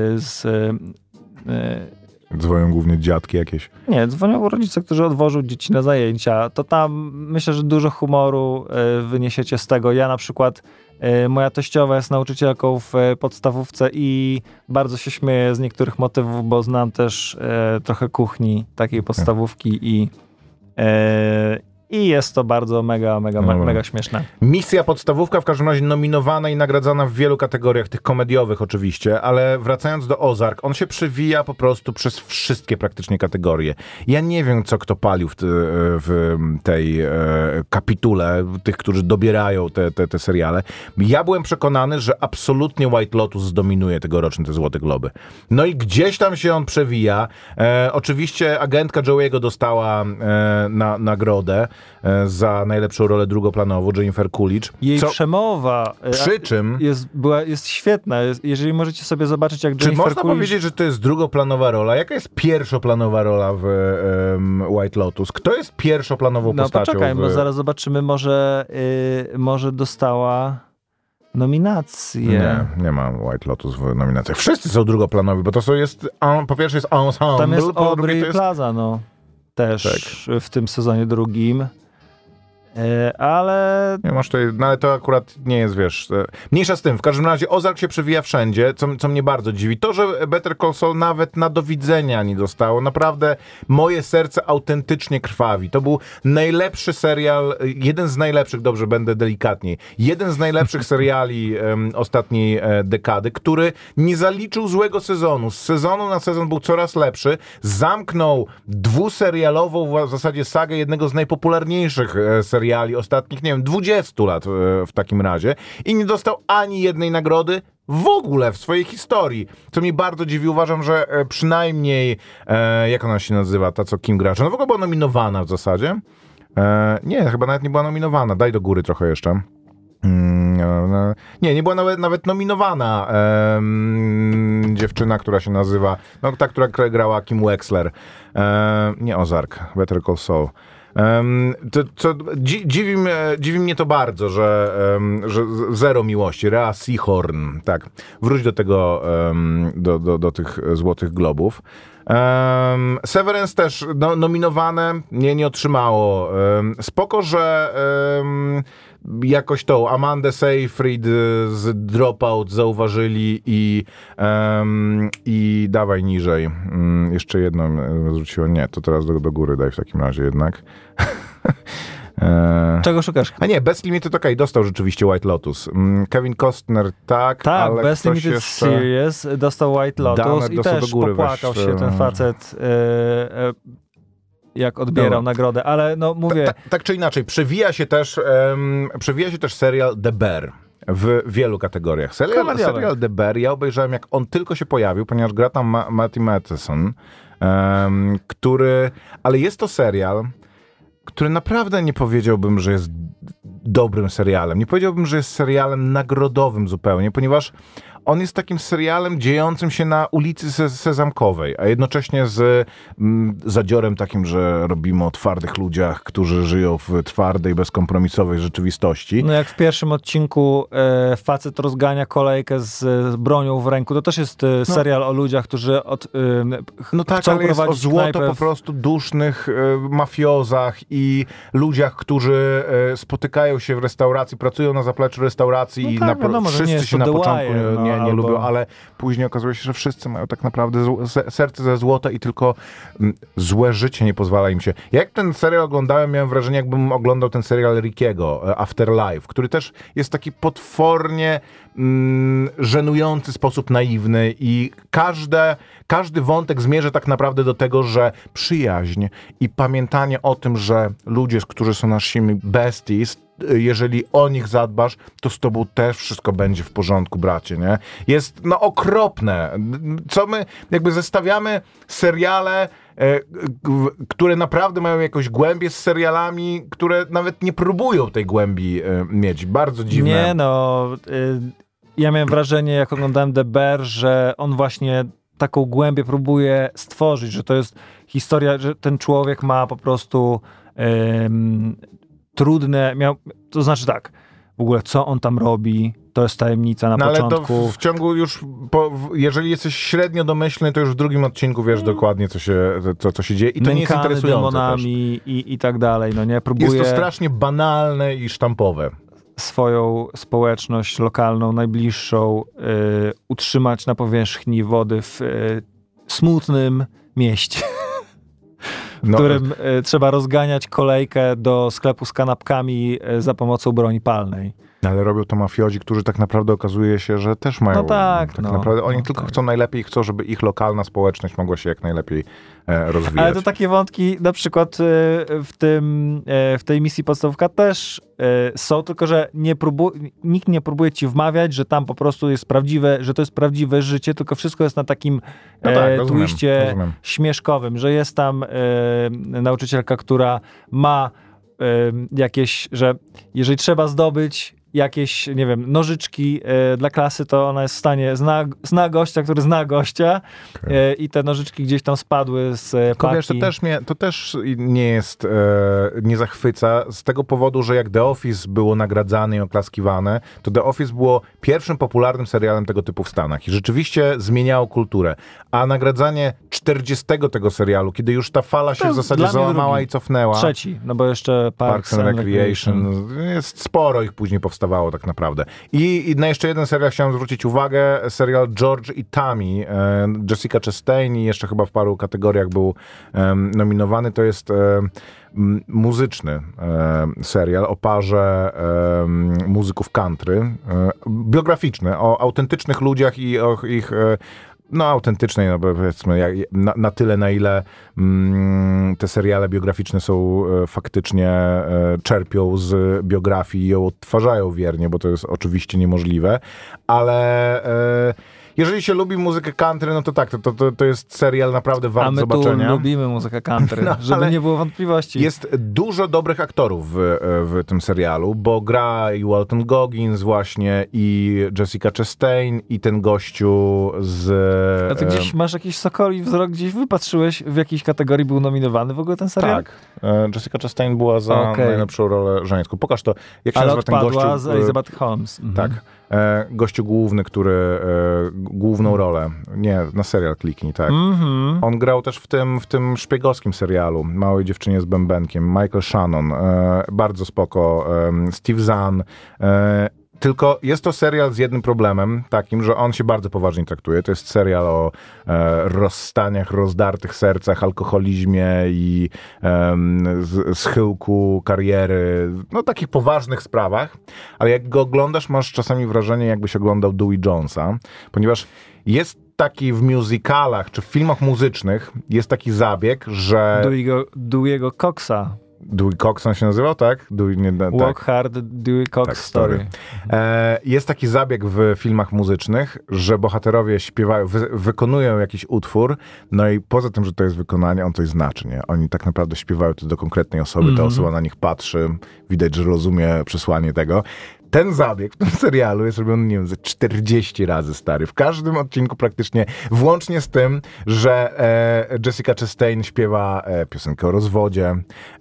Dzwonią głównie dziadki jakieś. Nie, dzwonią rodzice, którzy odwożą dzieci na zajęcia. To tam myślę, że dużo humoru wyniesiecie z tego. Ja na przykład, moja teściowa jest nauczycielką w podstawówce i bardzo się śmieję z niektórych motywów, bo znam też trochę kuchni takiej podstawówki i jest to bardzo mega śmieszne. Misja podstawówka w każdym razie nominowana i nagradzana w wielu kategoriach, tych komediowych oczywiście, ale wracając do Ozark, on się przewija po prostu przez wszystkie praktycznie kategorie. Ja nie wiem, co kto palił w tej kapitule, tych, którzy dobierają te seriale. Ja byłem przekonany, że absolutnie White Lotus zdominuje tegoroczne te Złote Globy. No i gdzieś tam się on przewija. Oczywiście agentka Joey'ego dostała nagrodę za najlepszą rolę drugoplanową, Jennifer Coolidge. Jej przemowa przy czym jest świetna. Jeżeli możecie sobie zobaczyć, jak Jennifer Coolidge... Czy można Coolidge... powiedzieć, że to jest drugoplanowa rola? Jaka jest pierwszoplanowa rola w White Lotus? Kto jest pierwszoplanową postacią? No poczekaj, bo zaraz zobaczymy, może dostała nominację. Nie ma White Lotus w nominacjach. Wszyscy są drugoplanowi, bo po pierwsze jest ensemble. Tam jest Aubrey Plaza, no. Też w tym sezonie drugim. Ale... Nie masz tutaj, no ale to akurat nie jest, wiesz... Mniejsza z tym, w każdym razie Ozark się przewija wszędzie, co mnie bardzo dziwi. To, że Better Call Saul nawet na do widzenia nie dostało, naprawdę moje serce autentycznie krwawi. To był najlepszy serial, jeden z najlepszych, dobrze, będę delikatniej, jeden z najlepszych seriali ostatniej dekady, który nie zaliczył złego sezonu. Z sezonu na sezon był coraz lepszy. Zamknął dwuserialową w zasadzie sagę jednego z najpopularniejszych seriali ostatnich, 20 lat w takim razie i nie dostał ani jednej nagrody w ogóle w swojej historii. Co mnie bardzo dziwi, uważam, że przynajmniej jak ona się nazywa, ta co Kim gra, że ona w ogóle była nominowana w zasadzie. Nie, chyba nawet nie była nominowana. Daj do góry trochę jeszcze. Nie była nawet nominowana dziewczyna, która się nazywa, ta, która grała Kim Wexler. Nie Ozark, Better Call Saul. Dziwi mnie to bardzo, że zero miłości. Rhea Seehorn, tak. Wróć do tego, do tych Złotych Globów. Severance też nominowane, nie otrzymało. Spoko, że jakoś tą Amandę Seyfried z Dropout zauważyli i dawaj niżej. Jeszcze jedno zwróciło. Nie, to teraz do góry daj w takim razie jednak. Czego szukasz? A nie, Best Limited dostał rzeczywiście White Lotus. Kevin Costner tak, ale Best Limited jeszcze... Series dostał White Lotus i też popłakał się ten facet, jak odbierał nagrodę, ale no mówię... Tak czy inaczej, przewija się też serial The Bear w wielu kategoriach. Serial The Bear, ja obejrzałem, jak on tylko się pojawił, ponieważ gra tam Matty Matheson, ale jest to serial, który naprawdę nie powiedziałbym, że jest dobrym serialem. Nie powiedziałbym, że jest serialem nagrodowym zupełnie, ponieważ on jest takim serialem dziejącym się na ulicy Sezamkowej, a jednocześnie z zadziorem takim, że robimy o twardych ludziach, którzy żyją w twardej, bezkompromisowej rzeczywistości. No jak w pierwszym odcinku facet rozgania kolejkę z bronią w ręku, to też jest serial o ludziach, którzy No tak, chcą ale jest o prowadzić złoto knajpę po prostu dusznych mafiozach i ludziach, którzy spotykają się w restauracji, pracują na zapleczu restauracji i tak, wiadomo, że nie wszyscy jest się to na The początku Wire, nie albo... lubią, ale później okazuje się, że wszyscy mają tak naprawdę serce ze złota i tylko złe życie nie pozwala im się. Jak ten serial oglądałem, miałem wrażenie, jakbym oglądał ten serial Rickiego, Afterlife, który też jest taki potwornie żenujący sposób naiwny i każdy wątek zmierza tak naprawdę do tego, że przyjaźń i pamiętanie o tym, że ludzie, którzy są naszymi besties, jeżeli o nich zadbasz, to z tobą też wszystko będzie w porządku, bracie, nie? Jest, okropne. Co my, jakby zestawiamy seriale, które naprawdę mają jakąś głębię z serialami, które nawet nie próbują tej głębi mieć. Bardzo dziwne. Nie, ja miałem wrażenie, jak oglądałem The Bear, że on właśnie taką głębię próbuje stworzyć, że to jest historia, że ten człowiek ma po prostu trudne, to znaczy tak, w ogóle co on tam robi, to jest tajemnica na początku. Ale to w ciągu już, jeżeli jesteś średnio domyślny, to już w drugim odcinku wiesz dokładnie, co się dzieje i to nie jest interesujące demonami i tak dalej, no nie? Próbuje jest to strasznie banalne i sztampowe. Swoją społeczność lokalną, najbliższą, utrzymać na powierzchni wody w smutnym mieście. W którym trzeba rozganiać kolejkę do sklepu z kanapkami za pomocą broni palnej. Ale robią to mafiozi, którzy tak naprawdę okazuje się, że też mają... Naprawdę oni tylko chcą najlepiej, chcą, żeby ich lokalna społeczność mogła się jak najlepiej rozwijać. Ale to takie wątki na przykład w tej misji podstawówka też są, tylko że nikt nie próbuje ci wmawiać, że tam po prostu jest że to jest prawdziwe życie, tylko wszystko jest na takim twiście śmieszkowym, że jest tam nauczycielka, która ma jakieś, że jeżeli trzeba zdobyć jakieś, nie wiem, nożyczki dla klasy, to ona jest w stanie, zna gościa, który zna gościa i te nożyczki gdzieś tam spadły z paki. Wiesz, to też nie jest, nie zachwyca z tego powodu, że jak The Office było nagradzane i oklaskiwane, to The Office było pierwszym popularnym serialem tego typu w Stanach i rzeczywiście zmieniało kulturę. A nagradzanie 40 tego serialu, kiedy już ta fala się w zasadzie załamała i cofnęła. Trzeci, no bo jeszcze Parks and Recreation. Jest sporo ich później powstawało tak naprawdę. I na jeszcze jeden serial chciałem zwrócić uwagę. Serial George i Tammy. Jessica Chastain i jeszcze chyba w paru kategoriach był nominowany. To jest muzyczny serial o parze muzyków country. Biograficzny, o autentycznych ludziach i o ich autentycznej, powiedzmy, na tyle, na ile te seriale biograficzne są faktycznie, czerpią z biografii i ją odtwarzają wiernie, bo to jest oczywiście niemożliwe, ale jeżeli się lubi muzykę country, no to tak, to jest serial naprawdę wart zobaczenia. A my tu lubimy muzykę country, żeby nie było wątpliwości. Jest dużo dobrych aktorów w tym serialu, bo gra i Walton Goggins właśnie, i Jessica Chastain, i ten gościu z... A ty gdzieś masz jakiś sokoli wzrok, gdzieś wypatrzyłeś, w jakiejś kategorii był nominowany w ogóle ten serial? Tak. Jessica Chastain była za najlepszą rolę żeńską. Pokaż to, jak się nazywa ten gościu. Z Elizabeth Holmes. Tak. Gościu główny, który główną rolę, nie, na serial kliknij, tak. On grał też w tym szpiegowskim serialu Małej dziewczynie z bębenkiem, Michael Shannon, bardzo spoko, Steve Zahn, tylko jest to serial z jednym problemem, takim, że on się bardzo poważnie traktuje. To jest serial o rozstaniach, rozdartych sercach, alkoholizmie i schyłku kariery, takich poważnych sprawach, ale jak go oglądasz, masz czasami wrażenie, jakbyś oglądał Dewey Jonesa, ponieważ jest taki w musicalach, czy w filmach muzycznych, jest taki zabieg, że... Dewey'ego Coxa. Dewey Cox on się nazywał, tak? Walk Hard, Dewey Cox tak, Story. Jest taki zabieg w filmach muzycznych, że bohaterowie śpiewają, wykonują jakiś utwór, no i poza tym, że to jest wykonanie, on coś znaczy, nie? Oni tak naprawdę śpiewają to do konkretnej osoby, ta osoba na nich patrzy, widać, że rozumie przesłanie tego. ten zabieg w tym serialu jest robiony, nie wiem, ze 40 razy, stary. W każdym odcinku praktycznie, włącznie z tym, że Jessica Chastain śpiewa piosenkę o rozwodzie,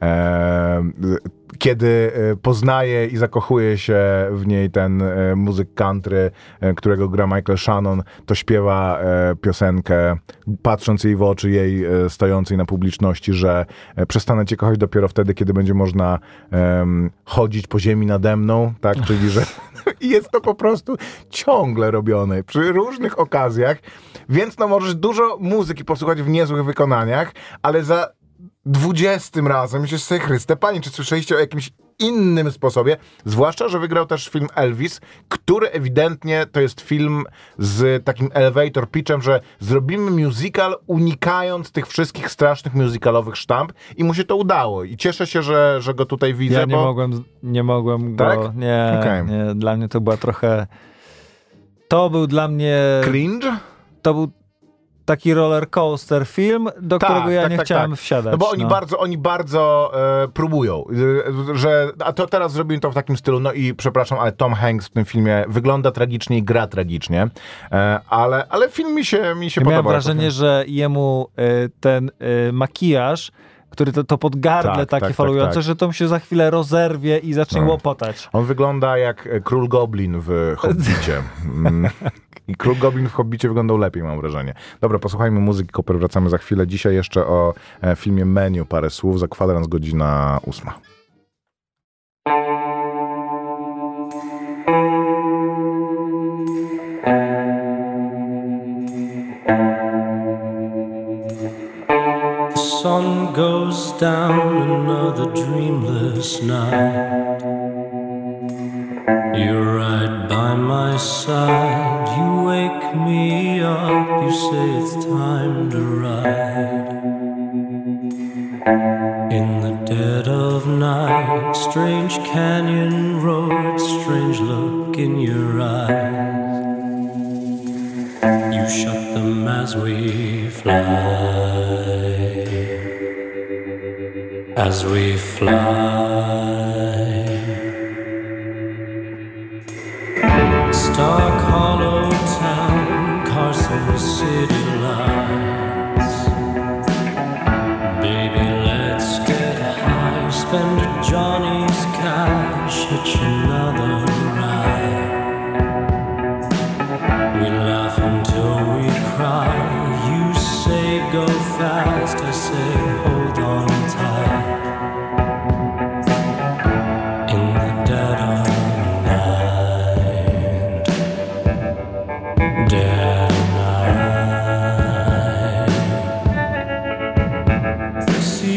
kiedy poznaje i zakochuje się w niej ten muzyk country, którego gra Michael Shannon, to śpiewa piosenkę, patrząc jej w oczy, jej stojącej na publiczności, że przestanę cię kochać dopiero wtedy, kiedy będzie można chodzić po ziemi nade mną, tak? Czyli, że jest to po prostu ciągle robione przy różnych okazjach, więc no możesz dużo muzyki posłuchać w niezłych wykonaniach, ale za 20 razem myślisz sobie, Chryste Panie, czy słyszeliście o jakimś innym sposobie? Zwłaszcza, że wygrał też film Elvis, który ewidentnie to jest film z takim elevator pitchem, że zrobimy musical unikając tych wszystkich strasznych musicalowych sztamp i mu się to udało. I cieszę się, że go tutaj widzę. Ja nie mogłem go... Tak? Nie, Okay. nie, dla mnie to była trochę... To był dla mnie... Cringe? To był taki roller coaster film, do którego ja nie chciałem wsiadać. No bo oni bardzo próbują, a to teraz zrobili to w takim stylu, no i przepraszam, ale Tom Hanks w tym filmie wygląda tragicznie i gra tragicznie, ale film mi się podobał. Miałem wrażenie, że jemu ten makijaż, który to podgardle takie falujące, że to mu się za chwilę rozerwie i zacznie łopotać. On wygląda jak Król Goblin w Hobbicie. I Król Goblin w Hobbicie wyglądał lepiej, mam wrażenie. Dobra, posłuchajmy muzyki, Koper, wracamy za chwilę. Dzisiaj jeszcze o filmie Menu parę słów, za kwadrans godzina 8. The sun goes down, another dreamless night. You're right by my side, you wake me up, you say it's time to ride. In the dead of night, strange canyon roads, strange look in your eyes. You shut them as we fly. As we fly. Stark Hollow Town, Carson City lights. Baby, let's get high, spend Johnny's cash, hitch another ride. We laugh until we cry. You say go fast, I say hold on tight. In the dead of night, dead of night.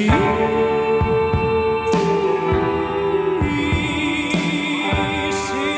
See,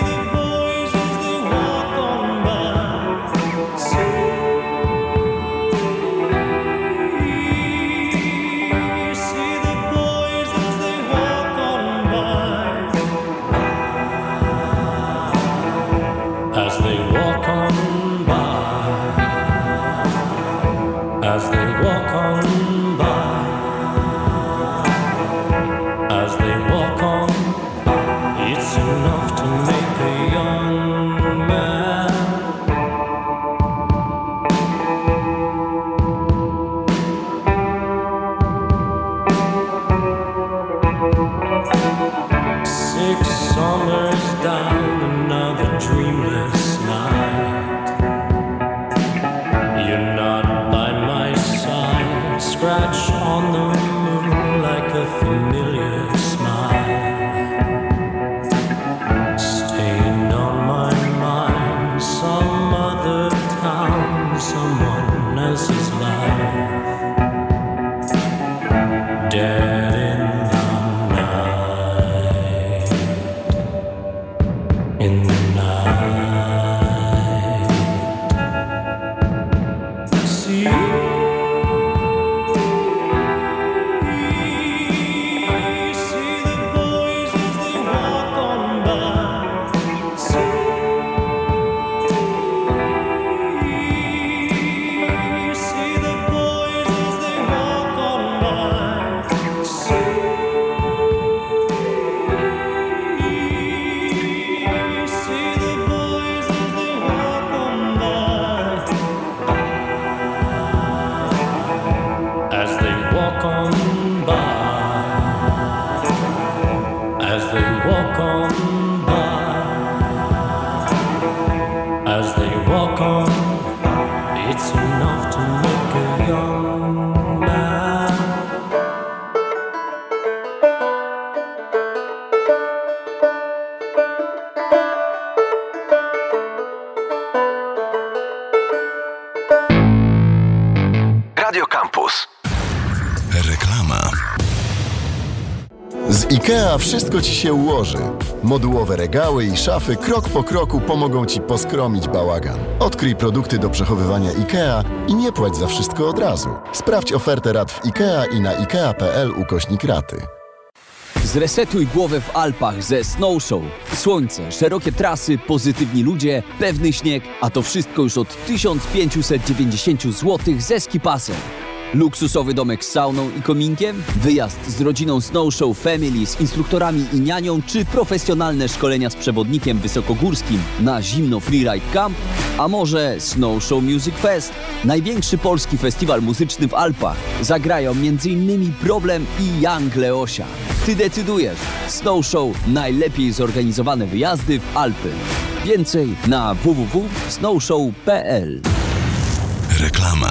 Z IKEA wszystko Ci się ułoży. Modułowe regały i szafy krok po kroku pomogą Ci poskromić bałagan. Odkryj produkty do przechowywania IKEA i nie płać za wszystko od razu. Sprawdź ofertę rat w IKEA i na ikea.pl/raty. Zresetuj głowę w Alpach ze Snow Show. Słońce, szerokie trasy, pozytywni ludzie, pewny śnieg, a to wszystko już od 1590 zł ze skipasem. Luksusowy domek z sauną i kominkiem, wyjazd z rodziną Snow Show Family z instruktorami i nianią, czy profesjonalne szkolenia z przewodnikiem wysokogórskim na zimno freeride camp, a może Snow Show Music Fest, największy polski festiwal muzyczny w Alpach. Zagrają m.in. Problem i Young Leosia. Ty decydujesz. Snow Show, najlepiej zorganizowane wyjazdy w Alpy. Więcej na www.snowshow.pl. Reklama.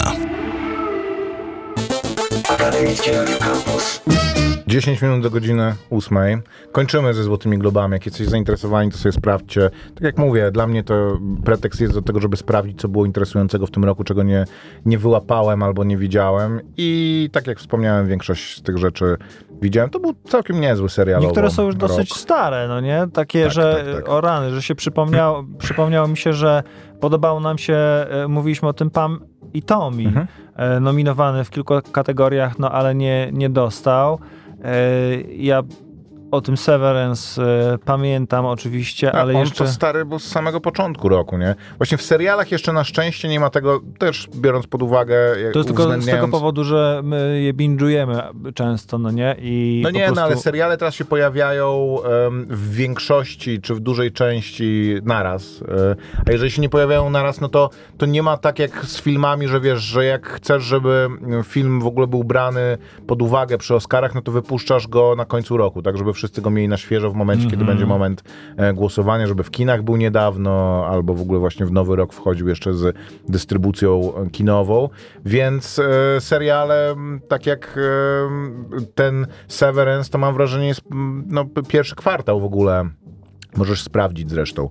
Akademicki Radio Campus. 10 minut do godziny 8. Kończymy ze Złotymi Globami. Jak jesteście zainteresowani, to sobie sprawdźcie. Tak jak mówię, dla mnie to pretekst jest do tego, żeby sprawdzić, co było interesującego w tym roku, czego nie wyłapałem albo nie widziałem. I tak jak wspomniałem, większość z tych rzeczy widziałem. To był całkiem niezły serialowo. Niektóre są już dosyć stare, no nie? Takie, Tak, że tak. o rany, że się przypomniało mi się, że podobało nam się, mówiliśmy o tym Pam i Tommy, nominowany w kilku kategoriach, no ale nie dostał. Ja o tym Severance pamiętam oczywiście, ale on jeszcze... to stary był z samego początku roku, nie? Właśnie w serialach jeszcze na szczęście nie ma tego, też biorąc pod uwagę... To jest tylko z tego powodu, że my je binge'ujemy często, no nie? I no nie, prostu... no ale seriale teraz się pojawiają w większości, czy w dużej części naraz. A jeżeli się nie pojawiają naraz, no to nie ma tak jak z filmami, że wiesz, że jak chcesz, żeby film w ogóle był brany pod uwagę przy Oscarach, no to wypuszczasz go na końcu roku, tak żeby wszyscy go mieli na świeżo w momencie, kiedy będzie moment głosowania, żeby w kinach był niedawno, albo w ogóle właśnie w nowy rok wchodził jeszcze z dystrybucją kinową. Więc seriale, tak jak ten Severance, to mam wrażenie jest pierwszy kwartał w ogóle. Możesz sprawdzić zresztą.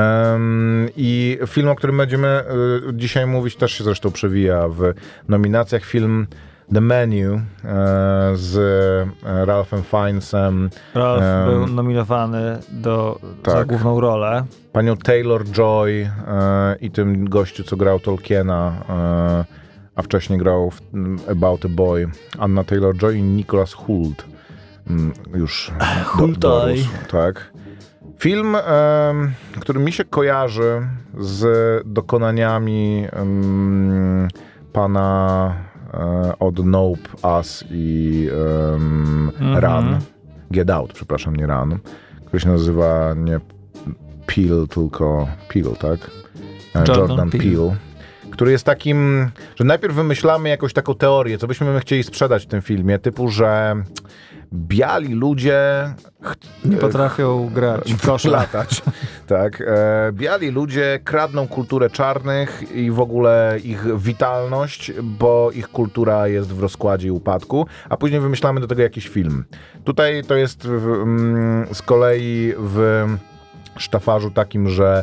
I film, o którym będziemy dzisiaj mówić, też się zresztą przewija w nominacjach. Film The Menu z Ralphem Fiennesem. Ralph był nominowany za główną rolę. Panią Taylor-Joy i tym gościu, co grał Tolkiena, a wcześniej grał w About a Boy. Anna Taylor-Joy i Nicholas Hoult. Już dorósł. Tak. Film, który mi się kojarzy z dokonaniami pana od Nope, Us i Run. Get Out, przepraszam, nie Run. Który się nazywa nie Peele, tylko Peele, tak? Jordan Peele. Który jest takim, że najpierw wymyślamy jakąś taką teorię, co byśmy chcieli sprzedać w tym filmie, typu, że biali ludzie nie potrafią grać w kosze. Latać. Tak. Biali ludzie kradną kulturę czarnych i w ogóle ich witalność, bo ich kultura jest w rozkładzie i upadku, a później wymyślamy do tego jakiś film. Tutaj to jest z kolei w sztafarzu takim, że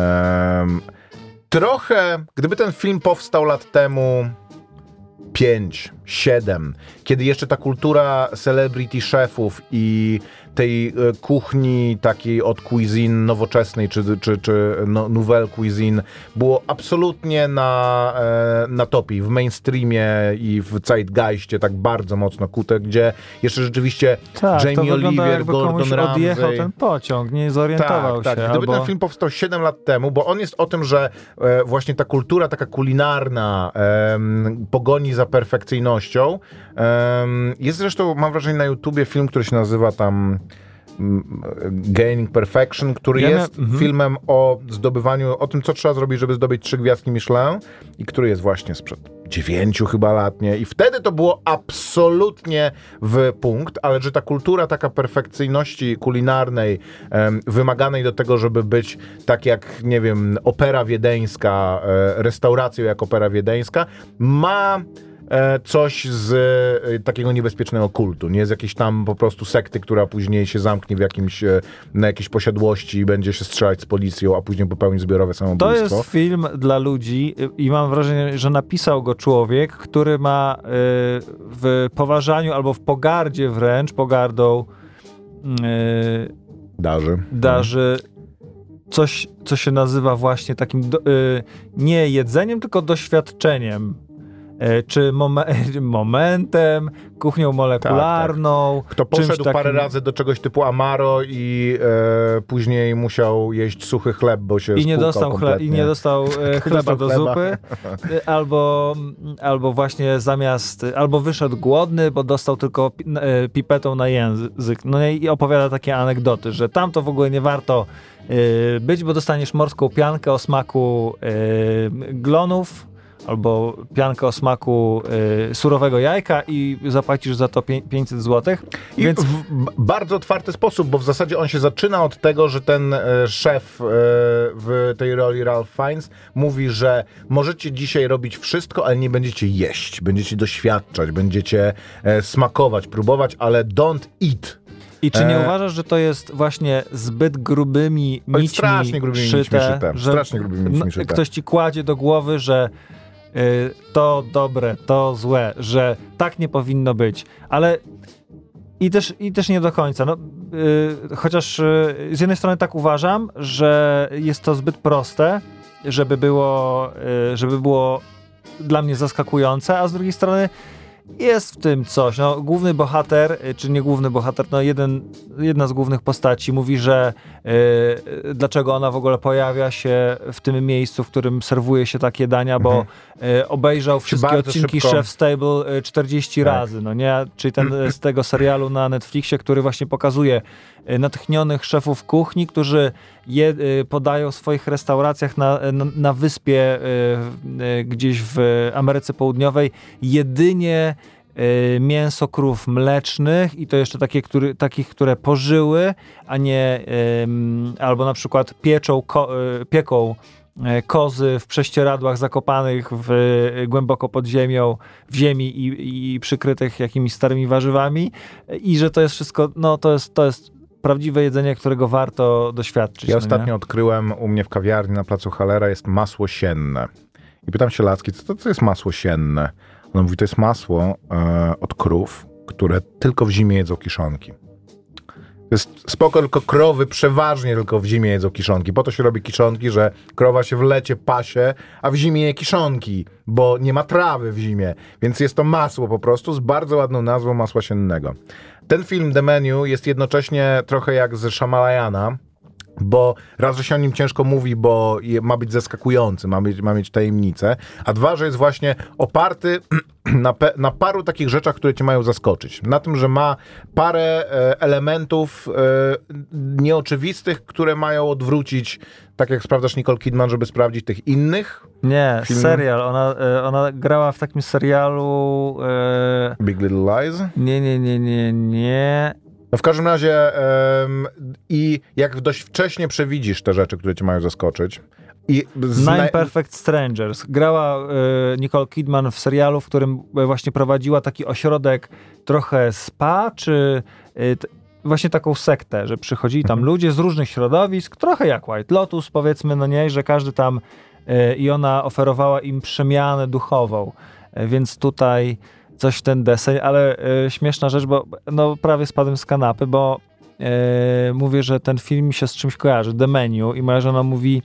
trochę, gdyby ten film powstał lat temu 5, 7, kiedy jeszcze ta kultura celebrity szefów i tej kuchni takiej od cuisine nowoczesnej, czy nouvelle cuisine było absolutnie na topie, w mainstreamie i w zeitgeistie tak bardzo mocno kute, gdzie jeszcze rzeczywiście Jamie Oliver, Gordon Ramsay odjechał ten pociąg, nie zorientował się. Gdyby ten film powstał 7 lat temu, bo on jest o tym, że właśnie ta kultura taka kulinarna pogoni za perfekcyjnością. Jest zresztą, mam wrażenie, na YouTubie film, który się nazywa tam Gaining Perfection, który jest filmem o zdobywaniu, o tym, co trzeba zrobić, żeby zdobyć 3 gwiazdki Michelin i który jest właśnie sprzed 9 chyba lat, nie? I wtedy to było absolutnie w punkt, ale że ta kultura taka perfekcyjności kulinarnej, wymaganej do tego, żeby być tak jak, nie wiem, opera wiedeńska, restauracją jak opera wiedeńska, ma coś z takiego niebezpiecznego kultu, nie z jakiejś tam po prostu sekty, która później się zamknie na jakiejś posiadłości i będzie się strzelać z policją, a później popełni zbiorowe samobójstwo. To jest film dla ludzi i mam wrażenie, że napisał go człowiek, który ma w poważaniu albo w pogardzie wręcz, pogardą darzy coś, co się nazywa właśnie takim nie jedzeniem, tylko doświadczeniem. Czy momentem, kuchnią molekularną. Tak. Kto poszedł parę razy do czegoś typu Amaro i później musiał jeść suchy chleb, bo się i nie dostał chleba do zupy, albo właśnie albo wyszedł głodny, bo dostał tylko pipetą na język. No i opowiada takie anegdoty, że tam to w ogóle nie warto być, bo dostaniesz morską piankę o smaku glonów, albo piankę o smaku surowego jajka i zapłacisz za to 500 zł. I więc w bardzo otwarty sposób, bo w zasadzie on się zaczyna od tego, że ten szef w tej roli, Ralph Fiennes, mówi, że możecie dzisiaj robić wszystko, ale nie będziecie jeść, będziecie doświadczać, będziecie smakować, próbować, ale don't eat. I czy nie uważasz, że to jest właśnie zbyt grubymi nićmi szyte? Strasznie grubymi nićmi szyte. Ktoś ci kładzie do głowy, że to dobre, to złe, że tak nie powinno być, ale i też nie do końca. No, chociaż z jednej strony tak uważam, że jest to zbyt proste, żeby było dla mnie zaskakujące, a z drugiej strony jest w tym coś. No, główny bohater, czy nie główny bohater, no jedna z głównych postaci mówi, że dlaczego ona w ogóle pojawia się w tym miejscu, w którym serwuje się takie dania, bo obejrzał wszystkie odcinki Chef's Table 40 razy, no nie? Czyli ten z tego serialu na Netflixie, który właśnie pokazuje natchnionych szefów kuchni, którzy podają w swoich restauracjach na wyspie gdzieś w Ameryce Południowej jedynie mięso krów mlecznych i to jeszcze takich, które pożyły, a nie albo na przykład pieką kozy w prześcieradłach zakopanych głęboko pod ziemią, w ziemi i przykrytych jakimiś starymi warzywami i że to jest wszystko, no to jest prawdziwe jedzenie, którego warto doświadczyć. Ja ostatnio odkryłem u mnie w kawiarni na placu Hallera jest masło sienne. I pytam się Lacki, co jest masło sienne? On mówi, to jest masło od krów, które tylko w zimie jedzą kiszonki. To jest spoko, tylko krowy przeważnie tylko w zimie jedzą kiszonki. Po to się robi kiszonki, że krowa się w lecie pasie, a w zimie je kiszonki, bo nie ma trawy w zimie. Więc jest to masło po prostu z bardzo ładną nazwą masła siennego. Ten film The Menu jest jednocześnie trochę jak z Shyamalana, bo raz, że się o nim ciężko mówi, bo ma być zaskakujący, ma mieć tajemnicę, a dwa, że jest właśnie oparty na paru takich rzeczach, które cię mają zaskoczyć. Na tym, że ma parę elementów nieoczywistych, które mają odwrócić, tak jak sprawdzasz Nicole Kidman, żeby sprawdzić tych innych. Nie, serial. Ona grała w takim serialu... Big Little Lies? Nie. No w każdym razie i jak dość wcześnie przewidzisz te rzeczy, które cię mają zaskoczyć. Nine Perfect Strangers. Grała Nicole Kidman w serialu, w którym właśnie prowadziła taki ośrodek trochę spa, czy właśnie taką sektę, że przychodzili tam ludzie z różnych środowisk, trochę jak White Lotus, powiedzmy, no nie, że każdy tam i ona oferowała im przemianę duchową. Więc tutaj coś w ten deseń, ale śmieszna rzecz, bo no, prawie spadłem z kanapy, bo mówię, że ten film mi się z czymś kojarzy, The Menu, i moja żona mówi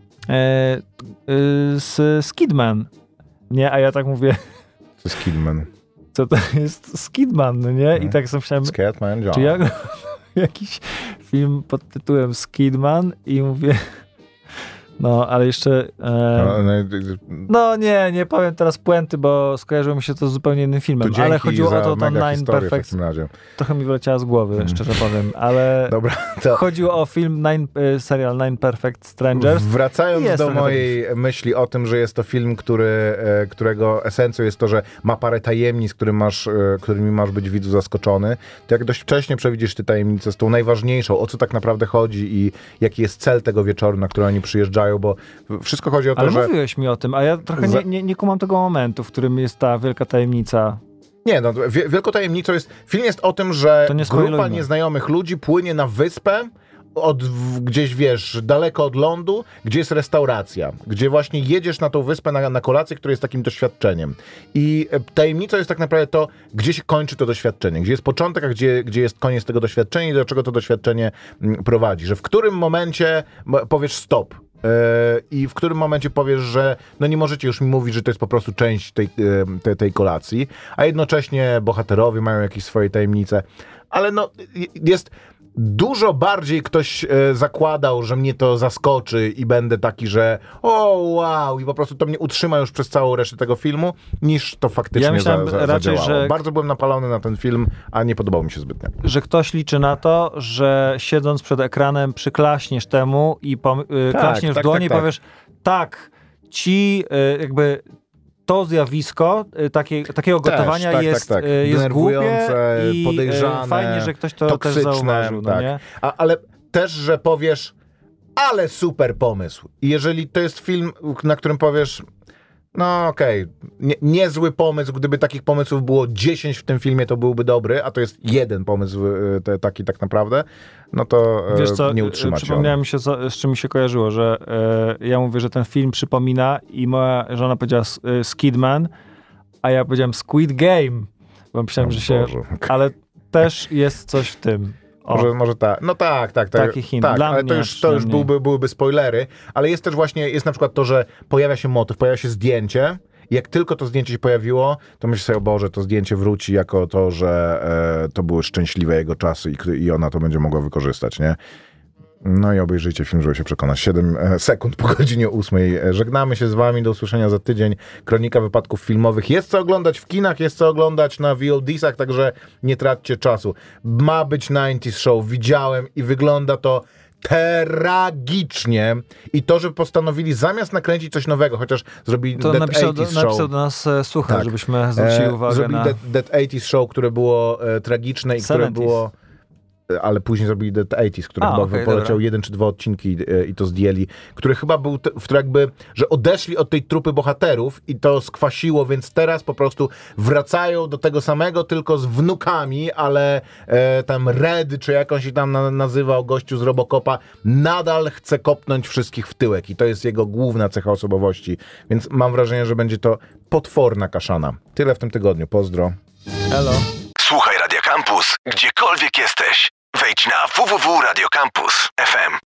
z Kidman, nie? A ja tak mówię... To jest Kidman. Co to jest Skidman, no nie? I tak sobie myślałem... Scatman John. Czy ja jakiś film pod tytułem Skidman i mówię... No, ale jeszcze... No nie powiem teraz puenty, bo skojarzyło mi się to z zupełnie innym filmem, ale chodziło o to Nine Perfect... Trochę mi wyleciała z głowy, szczerze powiem, ale dobra, to... chodziło o film serial Nine Perfect Strangers. Wracając do mojej myśli o tym, że jest to film, którego esencją jest to, że ma parę tajemnic, którymi masz być widzu zaskoczony, to jak dość wcześnie przewidzisz te tajemnice z tą najważniejszą, o co tak naprawdę chodzi i jaki jest cel tego wieczoru, na który oni przyjeżdżają, bo wszystko chodzi o to, ale że... mówiłeś mi o tym, a ja trochę nie kumam tego momentu, w którym jest ta wielka tajemnica. Nie, no wielką tajemnicą jest... Film jest o tym, że grupa nieznajomych ludzi płynie na wyspę gdzieś, wiesz, daleko od lądu, gdzie jest restauracja, gdzie właśnie jedziesz na tą wyspę na kolację, która jest takim doświadczeniem. I tajemnicą jest tak naprawdę to, gdzie się kończy to doświadczenie, gdzie jest początek, a gdzie jest koniec tego doświadczenia i do czego to doświadczenie prowadzi. Że w którym momencie powiesz stop. I w którym momencie powiesz, że no nie możecie już mi mówić, że to jest po prostu część tej kolacji, a jednocześnie bohaterowie mają jakieś swoje tajemnice, ale no jest dużo bardziej ktoś zakładał, że mnie to zaskoczy i będę taki, że o wow, i po prostu to mnie utrzyma już przez całą resztę tego filmu, niż to faktycznie zadziałało. Że bardzo byłem napalony na ten film, a nie podobał mi się zbytnio. Że ktoś liczy na to, że siedząc przed ekranem przyklaśniesz temu i klaśniesz w dłonie i powiesz tak, jakby to zjawisko takiego gotowania jest głupie i podejrzane, fajnie, że ktoś to toksyczne, też zauważył. tak. No nie? Ale też, że powiesz, ale super pomysł. I jeżeli to jest film, na którym powiesz, no okej, niezły pomysł, gdyby takich pomysłów było 10 w tym filmie, to byłby dobry, a to jest jeden pomysł taki tak naprawdę, no to wiesz co, nie utrzyma cię. Przypomniałem mi się, z czym mi się kojarzyło, że ja mówię, że ten film przypomina i moja żona powiedziała Skidman, a ja powiedziałem Squid Game, bo myślałem, że się... Ale też jest coś w tym. Może tak. No tak. Taki hint. Tak, dla ale mnie to już byłyby spoilery, ale jest też właśnie, jest na przykład to, że pojawia się motyw, pojawia się zdjęcie i jak tylko to zdjęcie się pojawiło, to myślisz sobie, o Boże, to zdjęcie wróci jako to, że to były szczęśliwe jego czasy i ona to będzie mogła wykorzystać, nie? No i obejrzyjcie film, żeby się przekonać. 7 sekund po godzinie 8. Żegnamy się z wami, do usłyszenia za tydzień. Kronika wypadków filmowych. Jest co oglądać w kinach, jest co oglądać na VOD-sach, także nie traćcie czasu. Ma być 90s Show, widziałem i wygląda to tragicznie. I to, że postanowili zamiast nakręcić coś nowego, chociaż zrobili to That napisał 80s Show. do nas słuchacz, Tak. żebyśmy zwrócili uwagę zrobili na... That 80s Show, które było tragiczne i które 70s. było... Ale później zrobili The 80s, który chyba poleciał 1 czy 2 odcinki i to zdjęli, który chyba był jakby, że odeszli od tej trupy bohaterów i to skwasiło, więc teraz po prostu wracają do tego samego, tylko z wnukami, ale tam Red, czy jak on się tam nazywał, gościu z Robocopa, nadal chce kopnąć wszystkich w tyłek i to jest jego główna cecha osobowości, więc mam wrażenie, że będzie to potworna kaszana. Tyle w tym tygodniu. Pozdro. Hello. Słuchaj Radia Campus, gdziekolwiek jesteś. Wejdź na www.radiocampus.fm.